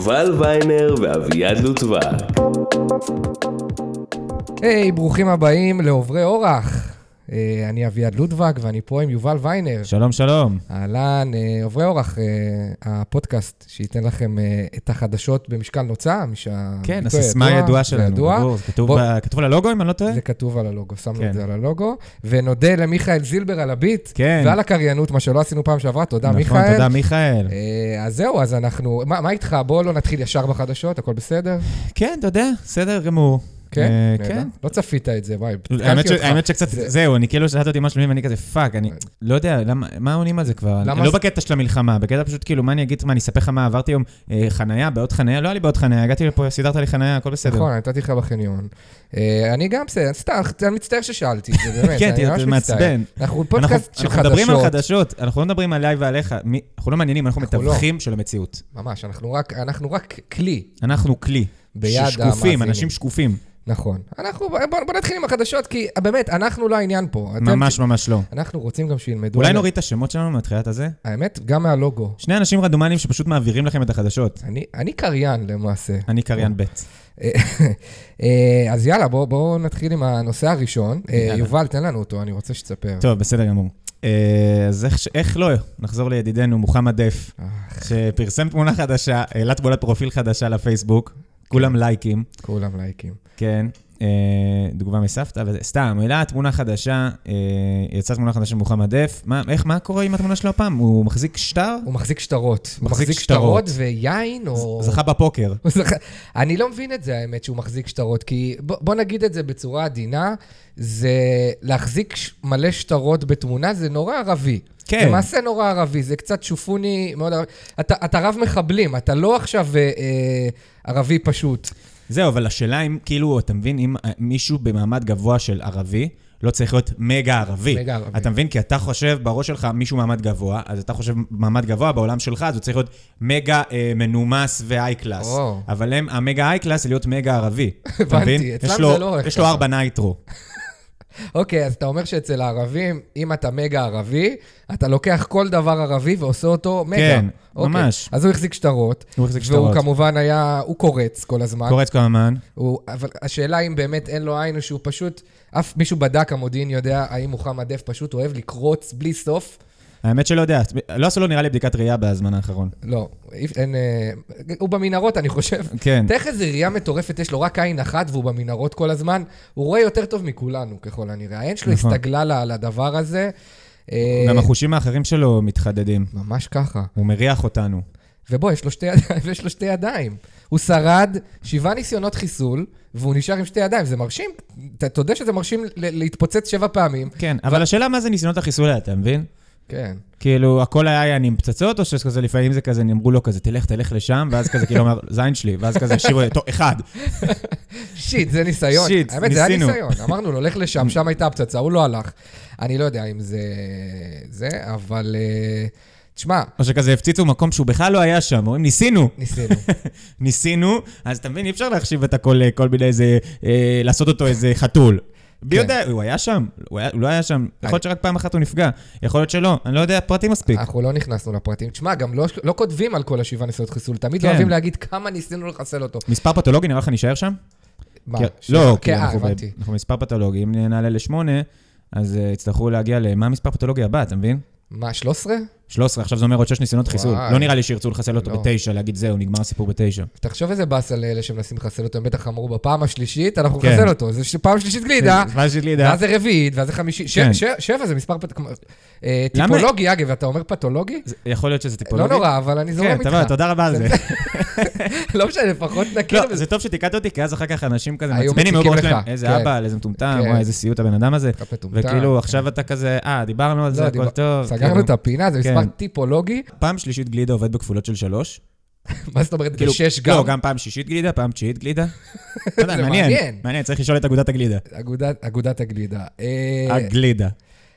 יובל ויינר ואביעד לוטבק. היי, ברוכים הבאים לעוברי אורח. אני אביעד לוטבק ואני פה עם יובל ויינר. שלום, שלום. אהלן, עוברי אורח, הפודקאסט שייתן לכם את החדשות במשקל נוצה. כן, הסיסמה הידועה שלנו. זה כתוב על הלוגו, אם אני לא טועה? זה כתוב על הלוגו, שמנו את זה על הלוגו. ונודה למיכאל זילבר על הביט, ועל הקריינות, מה שלא עשינו פעם שעברה. תודה, מיכאל. נכון, תודה, מיכאל. אז זהו, אז אנחנו... מה איתך? בואו לא נתחיל ישר בחדשות, הכל בסדר? כן, אתה יודע, בסדר גמור. כן? כן. לא צפית את זה, וואי. האמת שקצת, זהו, אני כאילו שאלת אותי משהו ואני כזה, פאק, אני לא יודע, מה עונים על זה כבר? לא בקטע של המלחמה, בקטע פשוט כאילו, מה אני אגיד, אני אספר לך מה, עברתי היום חנייה, בעוד חנייה, לא היה לי בעוד חנייה, הגעתי לפה, סידרת לי חנייה, הכל בסדר. נכון, נתתי לך בחניון. אני גם סתם, אני מצטער ששאלתי, זה באמת, כן, זה מעצבן. אנחנו פודקאסט של חדשות. אנחנו מדברים על חדשות, אנחנו לא מדברים עליי ועליך, אנחנו לא מעניינים, אנחנו מתווכים של המציאות. ממש, אנחנו רק כלי. אנחנו כלי. שקופים, אנשים שקופים. נכון. בוא נתחיל עם החדשות, כי באמת, אנחנו לא העניין פה. ממש ממש לא. אנחנו רוצים גם שילמדו. אולי נוריד את השמות שלנו מהתחילת הזה? האמת, גם מהלוגו. שני אנשים רדומנים שפשוט מעבירים לכם את החדשות. אני קריין למעשה. אני קריין ב'. אז יאללה, בואו נתחיל עם הנושא הראשון. יובל, תן לנו אותו, אני רוצה שתספר. טוב, בסדר גמור. אז איך לא? נחזור לידידנו מוחמד דף, שפרסם תמונה חדשה, העלה תמונת פרופיל חדשה לפייסבוק. כולם לייקים. כולם לייקים. כן, דוגמה מסבתא, סתם, העלה תמונה חדשה, יצאה תמונה חדשה מוחמד דף, מה קורה עם התמונה שלו הפעם? הוא מחזיק שטר? הוא מחזיק שטרות. הוא מחזיק שטרות ויין או... זכה בפוקר. אני לא מבין את זה, האמת, שהוא מחזיק שטרות, כי בוא נגיד את זה בצורה עדינה, זה להחזיק מלא שטרות בתמונה, זה נורא ערבי. כן. זה מעשה נורא ערבי, זה קצת שופוני מאוד ערבי. אתה רב מחבלים, אתה לא עכשיו ערבי פשוט. זהו, אבל השאלה אם, כאילו, אתה מבין, אם מישהו במעמד גבוה של ערבי, לא צריך להיות מגה ערבי. מגה ערבי. אתה מבין? כי אתה חושב בראש שלך מישהו מעמד גבוה, אז אתה חושב מעמד גבוה בעולם שלך, אז הוא צריך להיות מגה מנומס והאי-קלאס. אבל המגה האי-קלאס זה להיות מגה ערבי. הבנתי, אצלם זה לא הולך. יש לו 4 נייטרו. אוקיי, אז אתה אומר שאצל הערבים, אם אתה מגה ערבי, אתה לוקח כל דבר ערבי ועושה אותו מגה. כן, ממש. אז הוא החזיק שטרות. והוא כמובן הוא קורץ כל הזמן. קורץ כל הזמן. אבל השאלה אם באמת אין לו עין, או שהוא פשוט, אף מישהו בדק המודיעין יודע, האם מוחמד דף פשוט אוהב לקרוץ בלי סוף. האמת שלא יודע, לא עשו לו נראה לי בדיקת ראייה בזמן האחרון. לא, הוא במנהרות אני חושב. כן. תכף איזה ראייה מטורפת, יש לו רק עין אחת והוא במנהרות כל הזמן, הוא רואה יותר טוב מכולנו ככל הנראה. העין שלו הסתגלה לדבר הזה. גם החושים האחרים שלו מתחדדים. ממש ככה. הוא מריח אותנו. ובוא, יש לו שתי ידיים. הוא שרד 7 ניסיונות חיסול, והוא נשאר עם 2 ידיים. זה מרשים, אתה יודע שזה מרשים להתפוצץ 7 פעמים. כן, אבל השאלה מה זה ניסיונות החיסול, אתה מבין? כן. כאילו, הכל היה עם פצצות, או שכזה לפעמים זה כזה, נאמרו לו כזה, תלך לשם, ואז כזה כאילו אומר, זין שלי, ואז כזה שירו, טוב, 1. שיט, זה ניסיון. שיט, האמת, זה היה ניסיון. אמרנו לו, הולך לשם, שם הייתה הפצצה, הוא לא הלך. אני לא יודע אם זה, אבל... תשמע. או שכזה הפציצו מקום שהוא בכלל לא היה שם, אומרים, ניסינו. ניסינו, אז אתה מבין, אי אפשר להחשיב את הכל, כל מיני איזה, לעשות אותו איזה חתול. בי יודע, הוא היה שם, הוא לא היה שם, יכול להיות שרק פעם אחת הוא נפגע, יכול להיות שלא, אני לא יודע, פרטים מספיק. אנחנו לא נכנסנו לפרטים, תשמע, גם לא כותבים על כל 7 ניסיונות חיסול, תמיד לא אוהבים להגיד כמה ניסינו לחסל אותו. מספר פתולוגי, נראה לך נשאר שם? מה? לא, כי אנחנו מספר פתולוגי, אם נעלה ל8, אז יצטרכו להגיע למה המספר פתולוגי הבא, אתה מבין? מה, 13? 13, עכשיו זה אומר עוד 6 ניסיונות חיסול. לא נראה לי שירצו לחסל אותו ב9, להגיד זהו, נגמר הסיפור ב9. תחשוב איזה באס על אלה שמנסים לחסל אותו, הם בטח אמרו בפעם השלישית, אנחנו נחסל אותו. זה פעם שלישית גלידה, ואז זה רביעית, ואז זה 5, 7 זה מספר טיפולוגי, אגב, אתה אומר פתולוגי? יכול להיות שזה טיפולוגי. לא נורא, אבל אני זורם איתך. כן, תודה רבה על זה. לא משנה, לפחות נכיר. זה טוב שתיקעת אותי, כי אז אחר כך אנשים כזה מצפנים מאוד בראש להם, איזה אבא, איזה מטומטם, איזה סיוט הבן אדם הזה. וכאילו, עכשיו אתה כזה, דיברנו על זה, הכל טוב. סגרנו את הפינה, זה מספר טיפולוגי. פעם שלישית גלידה עובד בכפולות של 3. מה זאת אומרת? ב6 גם? לא, גם פעם שישית גלידה, פעם תשיעית גלידה. זה מעניין. מעניין, צריך לשאול את אגודת הגלידה. אגודת הגלידה. הגלידה.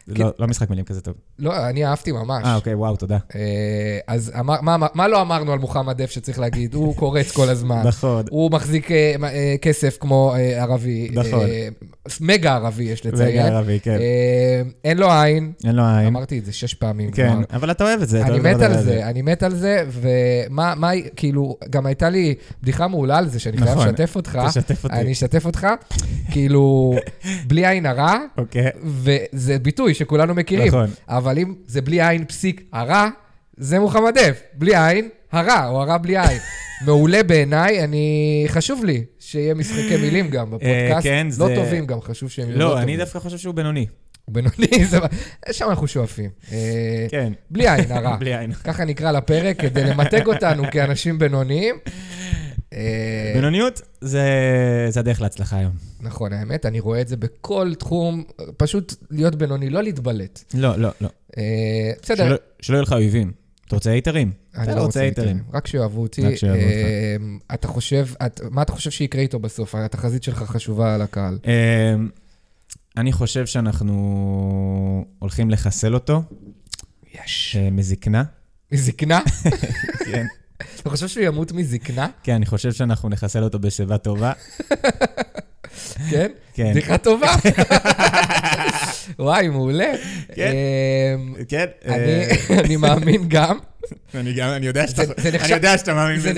לא משחק מילים כזה טוב. לא, אני אהבתי ממש. אוקיי, וואו, תודה. אז מה לא אמרנו על מוחמד דף שצריך להגיד? הוא קורץ כל הזמן. נכון. הוא מחזיק כסף כמו ערבי. נכון. מגה ערבי, יש לציין. מגה ערבי, כן. אין לו עין. אין לו עין. אמרתי את זה 6 פעמים. כן, אבל אתה אוהב את זה. אני מת על זה, ומה, כאילו, גם הייתה לי בדיחה מעולה על זה, שאני חייב לשתף אותך. תשתף אותי. אני אשתף אותך, כאילו, בלי עין הרע, וזה ביטוי שכולנו מכירים. נכון. אבל אם זה בלי עין פסיק הרע, זה מוחמד דף. בלי עין, הרע, או הרע בלי עין. מעולה בעיניי, חשוב לי שיהיה משחקי מילים גם בפודקאסט. לא טובים גם, חשוב שהם יהיו לא טובים. לא, אני דווקא חושב שהוא בינוני. הוא בינוני, שם אנחנו שואפים. כן. בלי עין הרע. בלי עין. ככה נקרא לפרק, כדי למתג אותנו כאנשים בינוניים. בינוניות זה הדרך להצלחה היום. נכון, האמת, אני רואה את זה בכל תחום, פשוט להיות בינוני, לא להתבלט. לא. בסדר. שלא יהיו לך אויבים. אתה רוצה היתרים? אני לא רוצה היתרים. רק שאוהבו אותי. אתה חושב, מה אתה חושב שיקרה איתו בסוף? התחזית שלך חשובה על הקהל. אני חושב שאנחנו הולכים לחסל אותו. יש. מזקנה. מזקנה? כן. אתה חושב שהוא ימות מזקנה? כן, אני חושב שאנחנו נחסל אותו בשיבה טובה. כן? כן. בדיחה טובה. וואי, מעולה. כן. אני מאמין גם. אני יודע שאתה מאמין בזה.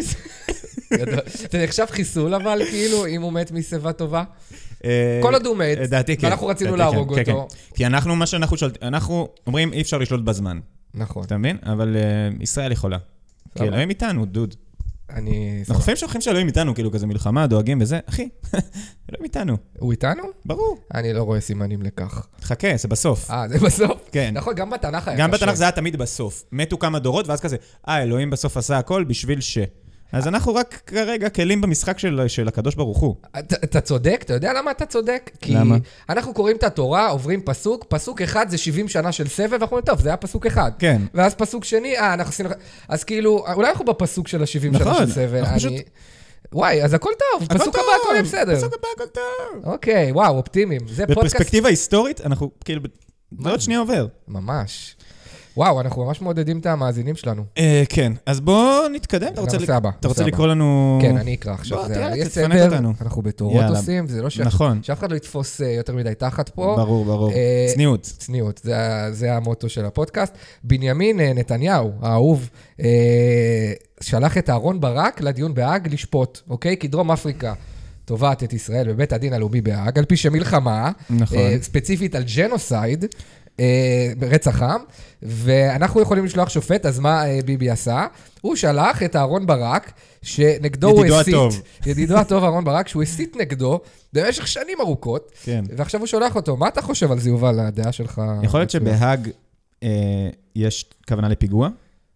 זה נחשב חיסול, אבל כאילו, אם הוא מת משיבה טובה. כל עוד הוא מת, ואנחנו רצינו להרוג אותו. כי אנחנו אומרים, אי אפשר לשלוט בזמן. נכון. אתה מבין? אבל ישראל יכולה. כי אלוהים איתנו, דוד. אנחנו לפעמים שוכחים שאלוהים איתנו, כאילו כזה מלחמה, דואגים וזה. אחי, אלוהים איתנו. הוא איתנו? ברור. אני לא רואה סימנים לכך. חכה, זה בסוף. זה בסוף? כן. נכון, גם בתנ"ך היה קשה. גם בתנ"ך זה היה תמיד בסוף. מתו כמה דורות, ואז כזה, אלוהים בסוף עשה הכל בשביל ש... אז אנחנו רק כרגע כלים במשחק של הקדוש ברוך הוא. אתה צודק? אתה יודע למה אתה צודק? למה? כי אנחנו קוראים את התורה, עוברים פסוק, פסוק אחד זה 70 שנה של סבב, ואנחנו אומרים, טוב, זה היה פסוק אחד. כן. ואז פסוק שני, אנחנו עשינו... אז כאילו, אולי אנחנו בפסוק של ה-70 שנה של סבב. וואי, אז הכל טוב, פסוק הבא הכל יהיה בסדר. פסוק הבא הכל טוב. אוקיי, וואו, אופטימיים. בפרספקטיבה היסטורית, אנחנו כאילו, זה עוד שנייה עובר. ממש. וואו, אנחנו ממש מעודדים את המאזינים שלנו. כן, אז בואו נתקדם. אתה רוצה לקרוא לנו... כן, אני אקרא עכשיו. תפנק אותנו. אנחנו בתורות עושים, זה לא שאף אחד לא יתפוס יותר מדי תחת פה. ברור. צניעות. צניעות, זה המוטו של הפודקאסט. בנימין נתניהו, האהוב, שלח את אהרון ברק לדיון בהאג לשפוט, אוקיי? כי דרום אפריקה תובעת את ישראל בבית הדין הלאומי בהאג, על פי שמלחמה, ספציפית על ג'נוסייד, ברצח עם, ואנחנו יכולים לשלוח שופט, אז מה ביבי עשה? הוא שלח את אהרון ברק, שנגדו הוא הסית, ידידו הטוב אהרון ברק, שהוא הסית נגדו במשך שנים ארוכות, ועכשיו הוא שולח אותו. מה אתה חושב על זה, יובל, הדעה שלך? יכול להיות שבהאג יש כוונה לפיגוע?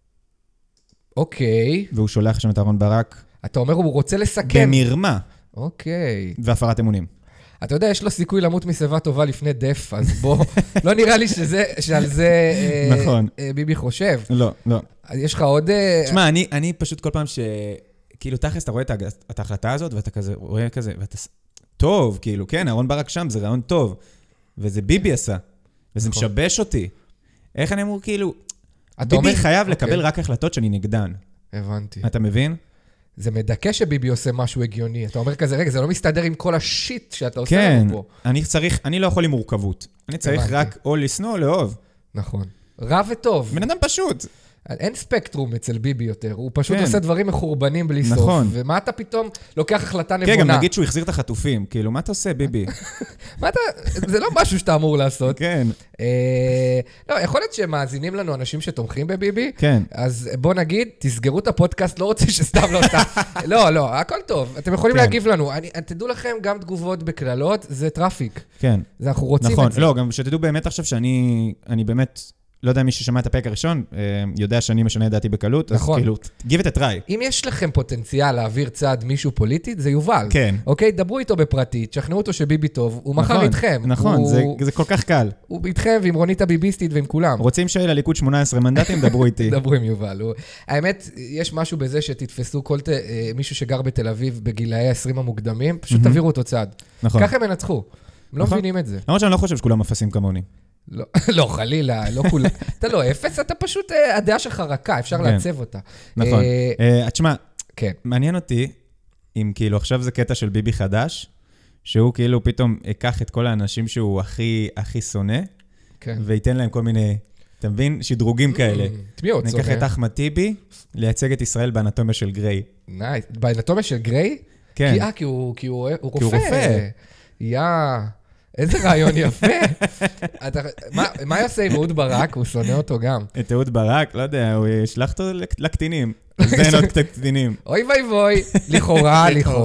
אוקיי. והוא שולח שם את אהרון ברק. אתה אומר, הוא רוצה לסכן. במרמה. אוקיי. והפרת אמונים. אתה יודע, יש לו סיכוי למות משיבה טובה לפני דף, אז בוא, לא נראה לי שעל זה ביבי חושב. לא. יש לך עוד... תשמע, אני פשוט כל פעם כאילו תכלס אתה רואה את ההחלטה הזאת, ואתה כזה רואה כזה, ואתה... טוב, כאילו, כן, אהרון ברק שם, זה רעיון טוב. וזה ביבי עשה, וזה משבש אותי. איך אני אמור, כאילו... ביבי חייב לקבל רק החלטות שאני נגדן. הבנתי. אתה מבין? זה מדכא שביבי עושה משהו הגיוני. אתה אומר כזה, רגע, זה לא מסתדר עם כל השיט שאתה עושה לנו פה. כן, אני לא יכול עם מורכבות. אני צריך רק או לשנוא או לאהוב. נכון. רע וטוב. בן אדם פשוט. אין ספקטרום אצל ביבי יותר. הוא פשוט עושה דברים מחורבנים בלי סוף. נכון. ומה אתה פתאום לוקח החלטה נבונה? כן, גם נגיד שהוא החזיר את החטופים. כאילו, מה אתה עושה, ביבי? זה לא משהו שאתה אמור לעשות. כן. לא, יכול להיות שמאזינים לנו אנשים שתומכים בביבי. כן. אז בוא נגיד, תסגרו את הפודקאסט, לא רוצה שסתם לא סתם. לא, הכל טוב. אתם יכולים להגיב לנו. תדעו לכם, גם תגובות בכללות, זה טראפיק. כן. אנחנו רוצים את זה. לא, גם שתדעו באמת עכשיו שאני באמת... לא יודע מי ששמע את הפרק הראשון, יודע שאני משנה את דעתי בקלות, אז כאילו, give it a try. אם יש לכם פוטנציאל להעביר צעד מישהו פוליטית, זה יובל. כן. אוקיי? דברו איתו בפרטית, שכנעו אותו שביבי טוב, הוא מחר איתכם. נכון, זה כל כך קל. הוא איתכם ועם רונית הביביסטית ועם כולם. רוצים שיהיה לליכוד 18 מנדטים, דברו איתי. דברו עם יובל. האמת, יש משהו בזה שתתפסו כל מישהו שגר בתל אביב בגילאי 20 המוקדמים, פשוט תעבירו אותו צעד. נכון. ככה הם ינצחו. הם לא מבינים את זה. למרות שאני לא חושב שכולם אפסים כמוני. לא, חלילה, לא כולה. אתה לא אפס, אתה פשוט, הדעה שלך רכה, אפשר לעצב אותה. נכון. תשמע, מעניין אותי, אם כאילו עכשיו זה קטע של ביבי חדש, שהוא כאילו פתאום ייקח את כל האנשים שהוא הכי שונא, וייתן להם כל מיני, אתה מבין? שדרוגים כאלה. תמיעות שונא. ניקח את אחמד טיבי, לייצג את ישראל באנטומיה של גריי. נייס. באנטומיה של גריי? כן. כי הוא רופא. איזה רעיון יפה. מה יעשה עם אהוד ברק? הוא שונא אותו גם. את אהוד ברק? לא יודע, הוא ישלח אותו לקטינים. זה אין עוד קטינים. אוי ואי, לכאורה.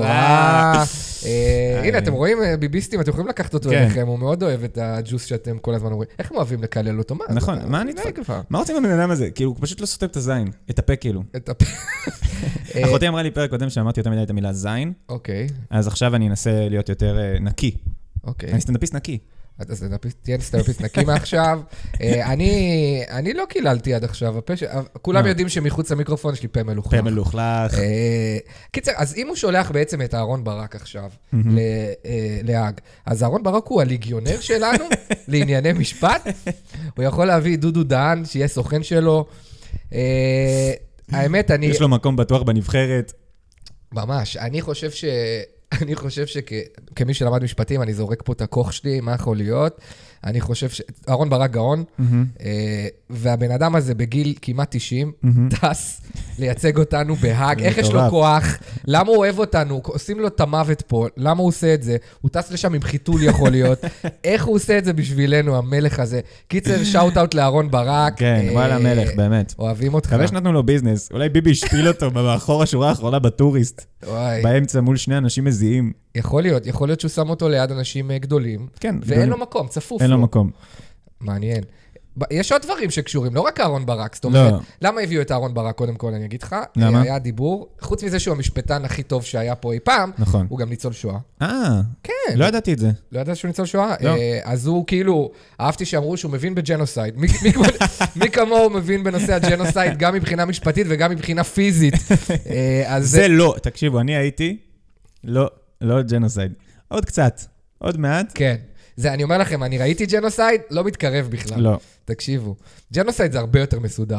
הנה, אתם רואים ביביסטים, אתם יכולים לקחת אותו אליכם, הוא מאוד אוהב את הג'וס שאתם כל הזמן אומרים. איך הם אוהבים לקלל אותו? נכון, מה רוצים בבן אדם הזה? כאילו, הוא פשוט לא סותם את הזין, את הפה כאילו. את הפה. אחותי אמרה לי פרק קודם שאמרתי יותר מדי את המילה זין, אז עכשיו אני אנסה להיות יותר נקי. אני סטנדאפיסט נקי. תהיה סטנדאפיסט נקי מעכשיו. אני לא קיללתי עד עכשיו, כולם יודעים שמחוץ למיקרופון יש לי פה מלוכלך. פה מלוכלך. קיצר, אז אם הוא שולח בעצם את אהרון ברק עכשיו להאג, אז אהרון ברק הוא הליגיונר שלנו לענייני משפט, הוא יכול להביא דודו דהן, שיהיה סוכן שלו. האמת, יש לו מקום בטוח בנבחרת. ממש, אני חושב שכמי שלמד משפטים, אני זורק פה את הכוח שלי, מה יכול להיות? אני חושב אהרון ברק גאון, והבן אדם הזה בגיל כמעט 90, טס לייצג אותנו בהאג, איך יש לו כוח, למה הוא אוהב אותנו, עושים לו את המוות פה, למה הוא עושה את זה, הוא טס לשם עם חיתול יכול להיות, איך הוא עושה את זה בשבילנו, המלך הזה. קיצר, שאוט אאוט לאהרון ברק. כן, וואלה מלך, באמת. אוהבים אותך. חבר שנתנו לו ביזנס, אולי ביבי השפיל אותו מאחור השורה האחרונה בטוריסט, באמצע מול שני אנשים מזיעים. יכול להיות שהוא שם אותו ליד אנשים גדולים, ואין לו מקום, צפוף לו. אין לו מקום. מעניין. יש עוד דברים שקשורים, לא רק אהרון ברק, זאת אומרת, למה הביאו את אהרון ברק? קודם כל, אני אגיד לך, היה דיבור, חוץ מזה שהוא המשפטן הכי טוב שהיה פה אי פעם, הוא גם ניצול שואה. כן. לא ידעתי את זה. לא ידעתי שהוא ניצול שואה? אז הוא כאילו, אהבתי שאמרו שהוא מבין בג'נוסייד. מי כמוהו מבין בנושא הג'נוסייד, גם מבחינה משפטית וגם מבחינה פיזית. זה לא, תקשיבו, אני הייתי, לא ג'נוסייד. עוד קצת, עוד מעט. כן. אני אומר לכם, אני ראיתי ג'נוסייד, לא מתקרב בכלל. לא. תקשיבו. ג'נוסייד זה הרבה יותר מסודר.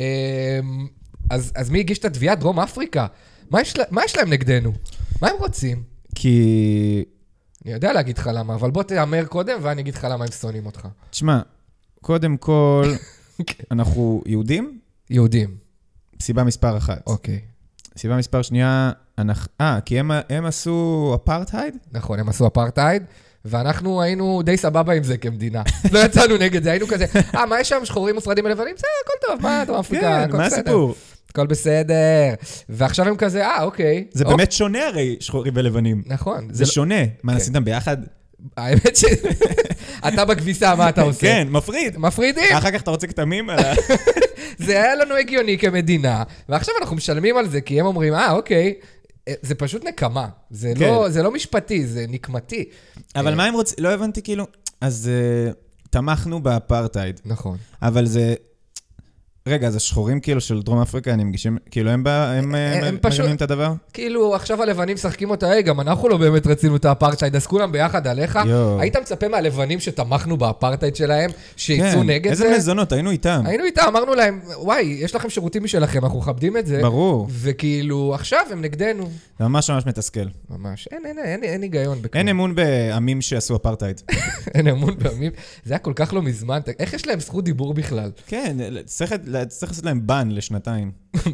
אז מי הגיש את התביעה? דרום אפריקה. מה יש להם נגדנו? מה הם רוצים? כי... אני יודע להגיד לך למה, אבל בוא תאמר קודם, ואני אגיד לך למה הם שונאים אותך. תשמע, קודם כל, אנחנו יהודים? יהודים. סיבה מספר אחת. אוקיי. סיבה מספר שנייה, כי הם עשו אפרטהייד? נכון, הם עשו אפרטהייד. ואנחנו היינו די סבבה עם זה כמדינה. לא יצאנו נגד זה, היינו כזה, מה יש שם, שחורים מופרדים מלבנים? זה, הכל טוב, מה, דרום אפריקה, הכל בסדר. כן, מה הסיפור? הכל בסדר. ועכשיו הם כזה, אוקיי. זה באמת שונה הרי, שחורים ולבנים. נכון. זה שונה. מה, עשיתם ביחד? האמת אתה בכביסה, מה אתה עושה? כן, מפריד. מפרידים. אחר כך אתה רוצה כתמים? זה היה לנו הגיוני כמדינה, ועכשיו אנחנו משלמים על זה, כי הם אומרים, אוקיי. זה פשוט נקמה, זה לא משפטי, זה נקמתי. אבל מה הם רוצים? לא הבנתי כאילו, אז תמכנו באפרטהייד. נכון. אבל זה, רגע, אז השחורים כאילו של דרום אפריקה, אני מגישים, כאילו הם מגנים את הדבר? כאילו עכשיו הלבנים שחקים אותה, גם אנחנו לא באמת רצינו את האפרטהייד, אז כולם ביחד עליך. היית מצפה מהלבנים שתמכנו באפרטהייד שלהם, שיצאו נגד זה? איזה מזונות, היינו איתם. היינו איתם, אמרנו להם, וואי, יש לכם שירותים משלכם, אנחנו מכבדים את זה. ברור. וכאילו, עכשיו הם נגדנו. זה ממש מתסכל. ממש, אין היגיון. אין אמון בעמים שעשו אפרטהייד. אין אמון בעמים. זה היה כל כך לא מזמן. איך יש להם זכות דיבור בכלל? כן, צריך לעשות להם בן לשנתיים.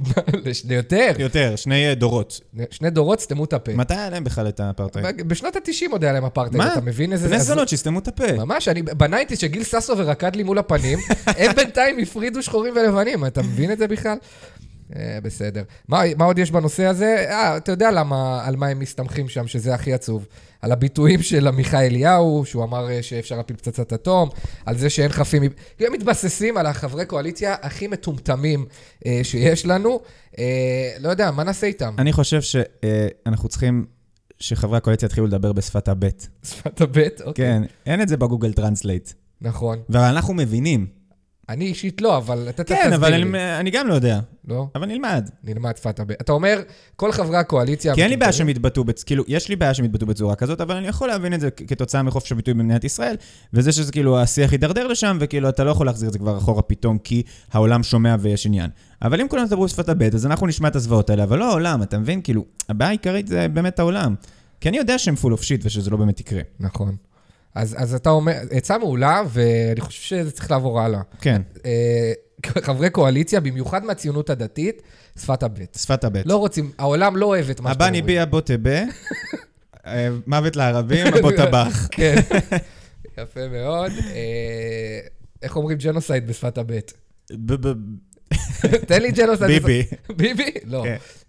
יותר, 2 דורות. 2 דורות סתמו את הפה. מתי היה להם בכלל את האפרטהייד? בשנות ה-90 עוד היה להם אפרטהייד, אתה מבין איזה... בני זונות שהסתמו את הפה. ממש, אני בנייטיס שגיל ססו ורקד לי מול הפנים, הם בינתיים הפרידו שחורים ולבנים, אתה מבין את זה בכלל? בסדר. מה עוד יש בנושא הזה? אתה יודע על מה הם מסתמכים שם, שזה הכי עצוב. על הביטויים של עמיחי אליהו, שהוא אמר שאפשר להפיל פצצת אטום, על זה שאין חפים... הם מתבססים על החברי קואליציה הכי מטומטמים שיש לנו. לא יודע, מה נעשה איתם? אני חושב שאנחנו צריכים שחברי הקואליציה יתחילו לדבר בשפת הבית. שפת הבית? אוקיי. כן, אין את זה בגוגל טרנסלייט. נכון. ואנחנו מבינים. אני אישית לא, אבל אתה כן, אבל אני גם לא יודע. לא? אבל נלמד. נלמד שפת הבט. אתה אומר, כל חברי הקואליציה... כי אין לי בעיה שמתבטאו, כאילו, יש לי בעיה שמתבטאו בצורה כזאת, אבל אני יכול להבין את זה כתוצאה מחופש הביטוי במדינת ישראל, וזה שזה כאילו השיח יידרדר לשם, וכאילו אתה לא יכול להחזיר את זה כבר אחורה פתאום, כי העולם שומע ויש עניין. אבל אם כולם תדברו שפת הבט, אז אנחנו נשמע את הזוועות האלה, אבל לא העולם, אתה מבין? כאילו, הבעיה העיקרית זה באמת העולם. כי אני יודע שהם full of shit ושזה לא באמת יקרה. נכון. אז אתה אומר, עצה מעולה, ואני חושב שזה צריך לעבור הלאה. כן. חברי קואליציה, במיוחד מהציונות הדתית, שפת הבט. שפת הבט. לא רוצים, העולם לא אוהב את מה שאתה הבא ניביע בו תבה, מוות לערבים, בו טבח. כן. יפה מאוד. איך אומרים ג'נוסייד בשפת הבט? תן לי ג'נוסייד. ביבי. ביבי? לא.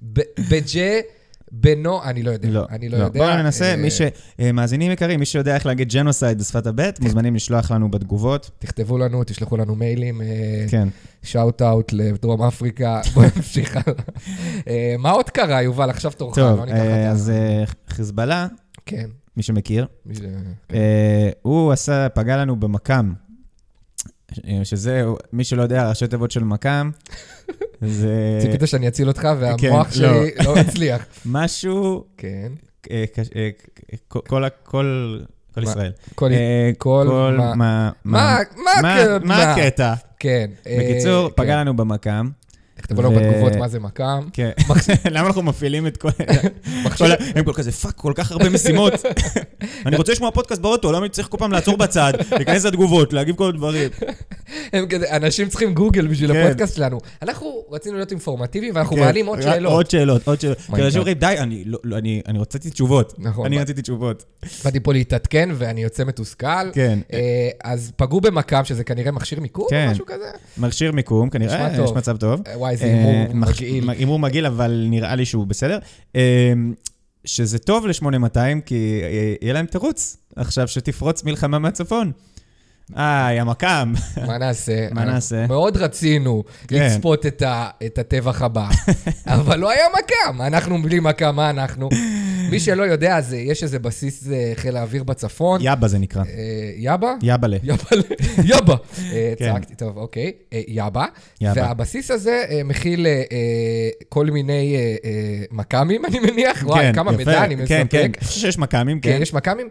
בנו, אני לא יודע. אני לא יודע. בואו ננסה, מי שמאזינים יקרים, מי שיודע איך להגיד ג'נוסייד בשפת הבט, מוזמנים לשלוח לנו בתגובות. תכתבו לנו, תשלחו לנו מיילים. כן. שאוט אאוט לדרום אפריקה. בואו נמשיך הלאה. מה עוד קרה, יובל? עכשיו תורך. טוב, אז חיזבאללה, כן. מי שמכיר, הוא פגע לנו במקם. שזה, מי שלא יודע, ראשי תיבות של מקם, זה... ציפית שאני אציל אותך, והמוח שלי לא הצליח. משהו... כן. כל ישראל. מה הקטע? כן. בקיצור, פגע לנו במקם. תכתבו לנו בתגובות מה זה מקם. כן. למה אנחנו מפעילים את כל... הם כל כזה, פאק, כל כך הרבה משימות. אני רוצה לשמוע פודקאסט באוטו, למה אני צריך כל פעם לעצור בצד, להיכנס לתגובות, להגיב כל הדברים. אנשים צריכים גוגל בשביל הפודקאסט שלנו. אנחנו רצינו להיות אינפורמטיביים, ואנחנו מעלים עוד שאלות. עוד שאלות. כי אנשים אומרים, די, אני רציתי תשובות. אני רציתי תשובות. באתי פה להתעדכן, ואני יוצא מתוסכל. כן. אז פגעו במקם, שזה כנראה מכשיר מיקום, או משהו כזה? מכשיר מיקום, כנראה, יש מצב טוב. וואי, זה הימור מגעיל. הימור מגעיל, אבל נראה לי שהוא בסדר. שזה טוב ל-8200, כי יהיה להם תירוץ עכשיו שתפרוץ מלחמה מהצפון. המקם. מה נעשה? מה נעשה? מאוד רצינו לצפות את הטבח הבא, אבל לא היה מקם. אנחנו בלי מקם, מה אנחנו? מי שלא יודע, יש איזה בסיס חיל האוויר בצפון. יאבה זה נקרא. יאבה? יאבלה. יאבה. צעקתי, טוב, אוקיי. יאבה. והבסיס הזה מכיל כל מיני מקמים, אני מניח. וואי, כמה מידע אני מספק. כן, יש מקמים, כן. יש מקמים,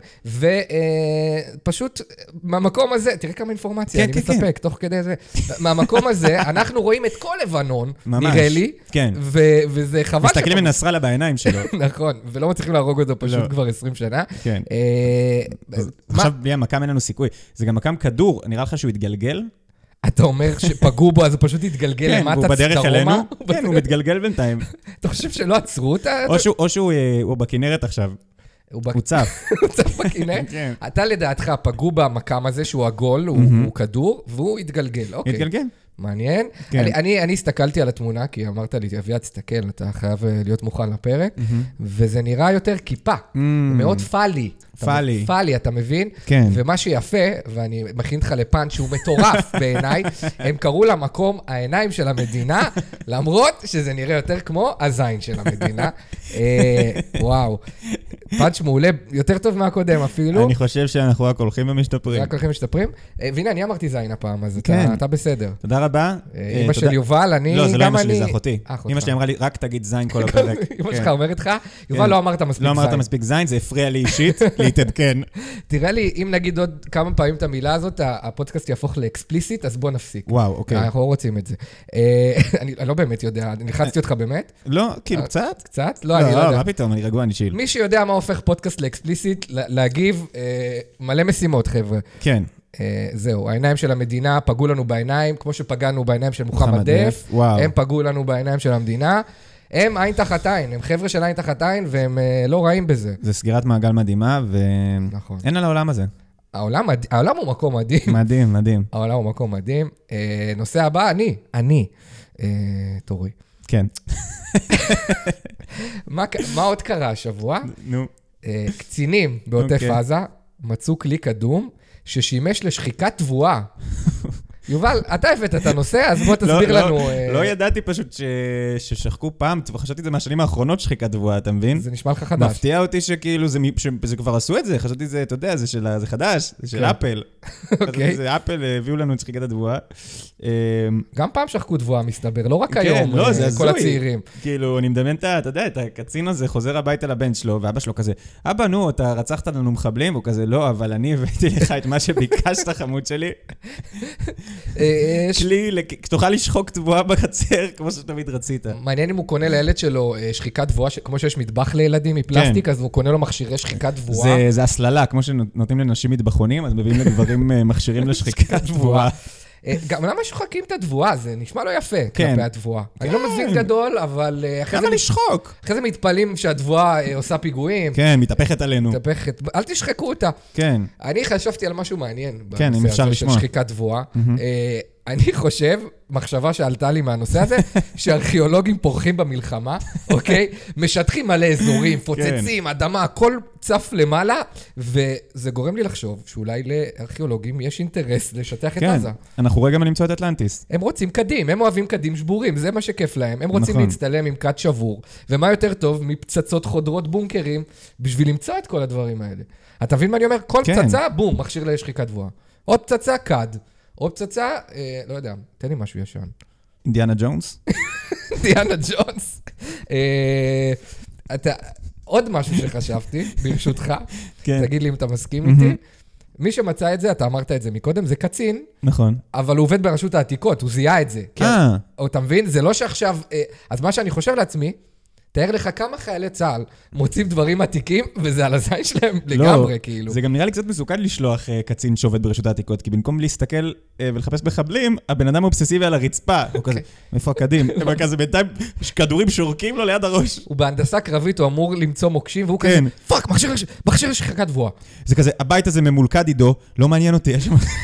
ופשוט מהמקום הזה, תראה כמה אינפורמציה, אני מספק, תוך כדי זה. מהמקום הזה, אנחנו רואים את כל לבנון, נראה לי, וזה חבל מסתכלים לנסראללה בעיניים שלו. נכון, ולא מצליחים להרוג אותו פשוט כבר 20 שנה. כן. עכשיו, בלי המקם אין לנו סיכוי. זה גם מקם כדור, נראה לך שהוא יתגלגל? אתה אומר שפגעו בו, אז הוא פשוט יתגלגל למטה, כן, הוא בדרך אלינו. כן, הוא מתגלגל בינתיים. אתה חושב שלא עצרו אותה? או שהוא בכנרת עכשיו. הוא צף. הוא צף בכנרת? אתה לדעתך פגעו במקם הזה שהוא עגול, הוא כדור, והוא התגלגל. התגלגל. מעניין. אני הסתכלתי על התמונה, כי אמרת לי, אביעד, תסתכל, אתה חייב להיות מוכן לפרק, וזה נראה יותר כיפה, מאוד פאלי. פאלי, אתה מבין? כן. ומה שיפה, ואני מכין לך לפאנץ' שהוא מטורף בעיניי, הם קראו למקום העיניים של המדינה, למרות שזה נראה יותר כמו הזין של המדינה. וואו. פאנץ' מעולה, יותר טוב מהקודם אפילו. אני חושב שאנחנו רק הולכים ומשתפרים. רק הולכים ומשתפרים. והנה, אני אמרתי זין הפעם, אז אתה בסדר. תודה רבה. אמא של יובל, אני... לא, זה לא אמא שלי, זה אחותי. אמא שלי אמרה לי, רק תגיד זין כל הפרק. אמא שלך אומרת לך, יובל לא אמרת מספיק זין. לא אמרת מספיק זין, זה הפריע לי אישית, להתעדכן. תראה לי, אם נגיד עוד כמה פעמים את המילה הזאת, הפודקאסט יהפוך לאקספליסיט, אז בוא נפסיק. וואו, אוקיי. אנחנו לא רוצים את זה. אני לא באמת יודע, נלחצתי אותך באמת? לא, כאילו קצת. קצת? לא, אני לא יודע. מה פתאום, אני רגוע, אני שיל. מי שיודע מה הופך פודקאסט לאקספליסיט, להגיב מלא משימות, חבר'ה. כן. זהו, העיניים של המדינה פגעו לנו בעיניים, כמו שפגענו בעיניים של מוחמד דף, הם פגעו לנו בעיניים של המדינה, הם עין תחת עין, הם חבר'ה של עין תחת עין, והם לא רעים בזה. זה סגירת מעגל מדהימה, ואין על העולם הזה. העולם הוא מקום מדהים. מדהים, מדהים. העולם הוא מקום מדהים. נושא הבא, אני. תורי. כן. מה עוד קרה השבוע? נו. קצינים בעוטף עזה מצאו כלי קדום ששימש לשחיקת תבואה. יובל, אתה הבאת את הנושא, אז בוא תסביר לנו. לא ידעתי פשוט ששחקו פעם, חשבתי את זה מהשנים האחרונות שחיקת תבואה, אתה מבין? זה נשמע לך חדש. מפתיע אותי שכאילו זה כבר עשו את זה, חשבתי זה, אתה יודע, זה חדש, זה של אפל. אז אפל הביאו לנו את שחיקת התבואה. גם פעם שחקו תבואה, מסתבר, לא רק היום, כל הצעירים. כאילו, אני מדמיין, אתה יודע, את הקצין הזה חוזר הביתה לבן שלו, ואבא שלו כזה, אבא, נו, אתה רצחת לנו מחבלים? והוא כזה, לא, אבל אני הבאתי לך את מה שביקשת, חמוד שלי. תוכל לשחוק תבואה בחצר, כמו שתמיד רצית. מעניין אם הוא קונה לילד שלו שחיקת תבואה, כמו שיש מטבח לילדים מפלסטיק, אז הוא קונה לו מכשירי שחיקת תבואה. זה הסללה, כמו שנותנים לנשים מטבחונים, אז מביאים לגברים מכשירים לשחיקת תבואה. גם למה שוחקים את התבואה? זה נשמע לא יפה כלפי התבואה. אני לא מבין גדול, אבל למה לשחוק? אחרי זה מתפלים שהתבואה עושה פיגועים. כן, מתהפכת עלינו. מתהפכת, אל תשחקו אותה. כן. אני חשבתי על משהו מעניין. כן, אם אפשר לשמוע. של שחיקת תבואה. אני חושב, מחשבה שעלתה לי מהנושא הזה, שארכיאולוגים פורחים במלחמה, אוקיי? משטחים מלא אזורים, פוצצים, אדמה, הכל צף למעלה, וזה גורם לי לחשוב שאולי לארכיאולוגים יש אינטרס לשטח את עזה. אנחנו רואים גם למצוא את אטלנטיס. הם רוצים קדים, הם אוהבים קדים שבורים, זה מה שכיף להם. הם רוצים להצטלם עם קד שבור, ומה יותר טוב מפצצות חודרות בונקרים, בשביל למצוא את כל הדברים האלה. אתה מבין מה אני אומר? כל פצצה, בום, מכשיר לשחיקת תבואה. עוד פצצה, קד. עוד פצצה, לא יודע, תן לי משהו ישן. אינדיאנה ג'ונס? אינדיאנה ג'ונס. עוד משהו שחשבתי, ברשותך, תגיד לי אם אתה מסכים איתי. מי שמצא את זה, אתה אמרת את זה מקודם, זה קצין. נכון. אבל הוא עובד ברשות העתיקות, הוא זיהה את זה. אתה מבין? זה לא שעכשיו... אז מה שאני חושב לעצמי, תאר לך כמה חיילי צה"ל מוצאים דברים עתיקים, וזה על הזין שלהם לגמרי, כאילו. זה גם נראה לי קצת מסוכן לשלוח קצין שעובד ברשות העתיקות, כי במקום להסתכל ולחפש מחבלים, הבן אדם אובססיבי על הרצפה. הוא כזה, איפה הקדים? הוא כזה בינתיים, כדורים שורקים לו ליד הראש. הוא בהנדסה קרבית, הוא אמור למצוא מוקשים, והוא כזה, פאק, מכשיר לשחיקת תבואה. זה כזה, הבית הזה ממולכד עידו, לא מעניין אותי.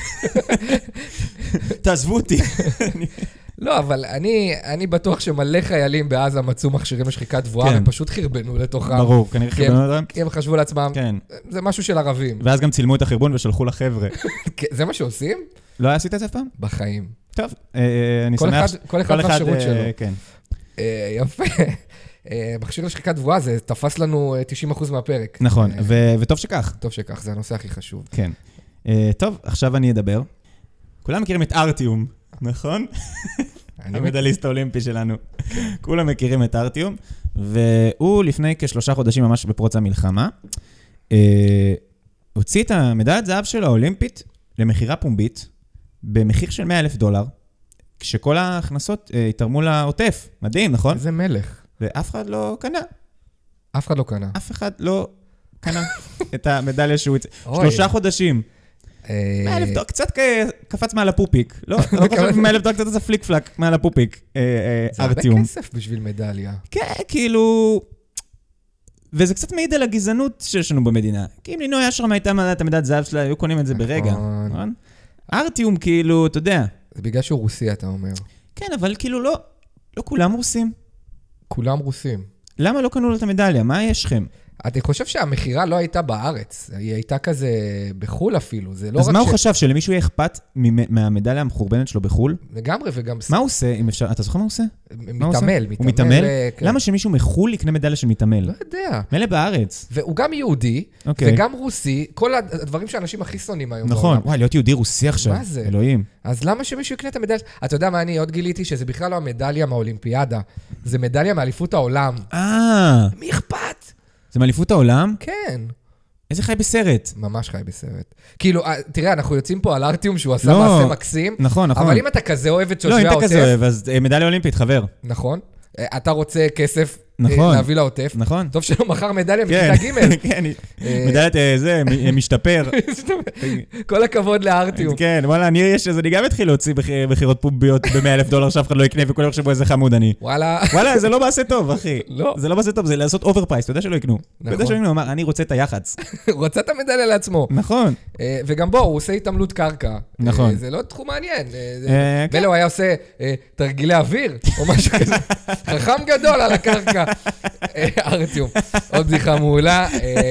תעזבו אותי. לא, אבל אני בטוח שמלא חיילים בעזה מצאו מכשירים לשחיקת תבואה, ופשוט חרבנו לתוכם. ברור, כנראה חרבנו אותם. כי הם חשבו לעצמם, זה משהו של ערבים. ואז גם צילמו את החרבון ושלחו לחבר'ה. זה מה שעושים? לא עשית את זה אף פעם? בחיים. טוב, אני שמח... כל אחד והשירות שלו. כן. יפה. מכשיר לשחיקת תבואה, זה תפס לנו 90% מהפרק. נכון, וטוב שכך. טוב שכך, זה הנושא הכי חשוב. כן. טוב, עכשיו אני אדבר. כולם מכירים את ארטיום. נכון? המדליסט האולימפי שלנו. כולם מכירים את ארטיום, והוא לפני כ3 חודשים ממש בפרוץ המלחמה, הוציא את המדליית זהב שלו האולימפית למחירה פומבית, במחיר של $100,000, כשכל ההכנסות יתרמו לעוטף. מדהים, נכון? איזה מלך. ואף אחד לא קנה. אף אחד לא קנה. אף אחד לא קנה את המדליה שהוא הוציא. 3 חודשים. $100,000, קצת קפץ מעל הפופיק. לא חושב $100,000 קצת איזה פליק פלק מעל הפופיק, ארטיום. זה הרבה כסף בשביל מדליה. כן, כאילו... וזה קצת מעיד על הגזענות שיש לנו במדינה. כי אם לינוי אשרם הייתה מעלה את המדליית זהב שלה, היו קונים את זה ברגע. נכון? ארטיום, כאילו, אתה יודע. זה בגלל שהוא רוסי, אתה אומר. כן, אבל כאילו לא כולם רוסים. כולם רוסים. למה לא קנו לו את המדליה? מה יש לכם? אני חושב שהמחירה לא הייתה בארץ, היא הייתה כזה בחול אפילו, זה לא אז מה הוא חשב, שלמישהו יהיה אכפת מהמדליה המחורבנת שלו בחול? לגמרי וגם... מה הוא עושה, אם אפשר, אתה זוכר מה הוא עושה? מתעמל. הוא מתעמל? למה שמישהו מחול יקנה מדליה של מתעמל? לא יודע. מלא בארץ. והוא גם יהודי, וגם רוסי, כל הדברים שאנשים הכי שונאים היום. נכון, וואי, להיות יהודי רוסי עכשיו, אלוהים. אז למה שמישהו יקנה את המדליה? אתה יודע מה, אני עוד גיליתי שזה בכלל לא המדליה מהאולימפיאדה, זה מדליה מאליפות העולם. מי אכפת? זה מאליפות העולם? כן. איזה חי בסרט? ממש חי בסרט. כאילו, תראה, אנחנו יוצאים פה על ארטיום שהוא עשה מעשה מקסים. נכון. אבל אם אתה כזה אוהב את שושבי העוטף... לא, אם אתה כזה אוהב, אז מדליה אולימפית, חבר. נכון. אתה רוצה כסף להביא לעוטף. נכון. טוב שלא מחר מדליה מכיתה ג'. כן, מדליית זה, משתפר. כל הכבוד לארטיום. כן, וואלה, אני גם התחיל להוציא בחירות פומביות $100,000 שאף אחד לא יקנה, וכולם יחשבו איזה חמוד אני. וואלה, זה לא מעשה טוב, אחי. זה לא מעשה טוב, זה לעשות אוברפרייס, אתה יודע שלא יקנו. אתה יודע שלא יקנו, הוא אמר, אני רוצה את היח"צ. רוצה את המדליה לעצמו. נכון. וגם בו, הוא עושה התעמלות קרקע. נכון. זה לא תחום מעניין. מלא, הוא היה עושה תרגילי אוויר, או משהו כזה. חכם גדול על הקרקע. ארטיום. עוד בדיחה מעולה.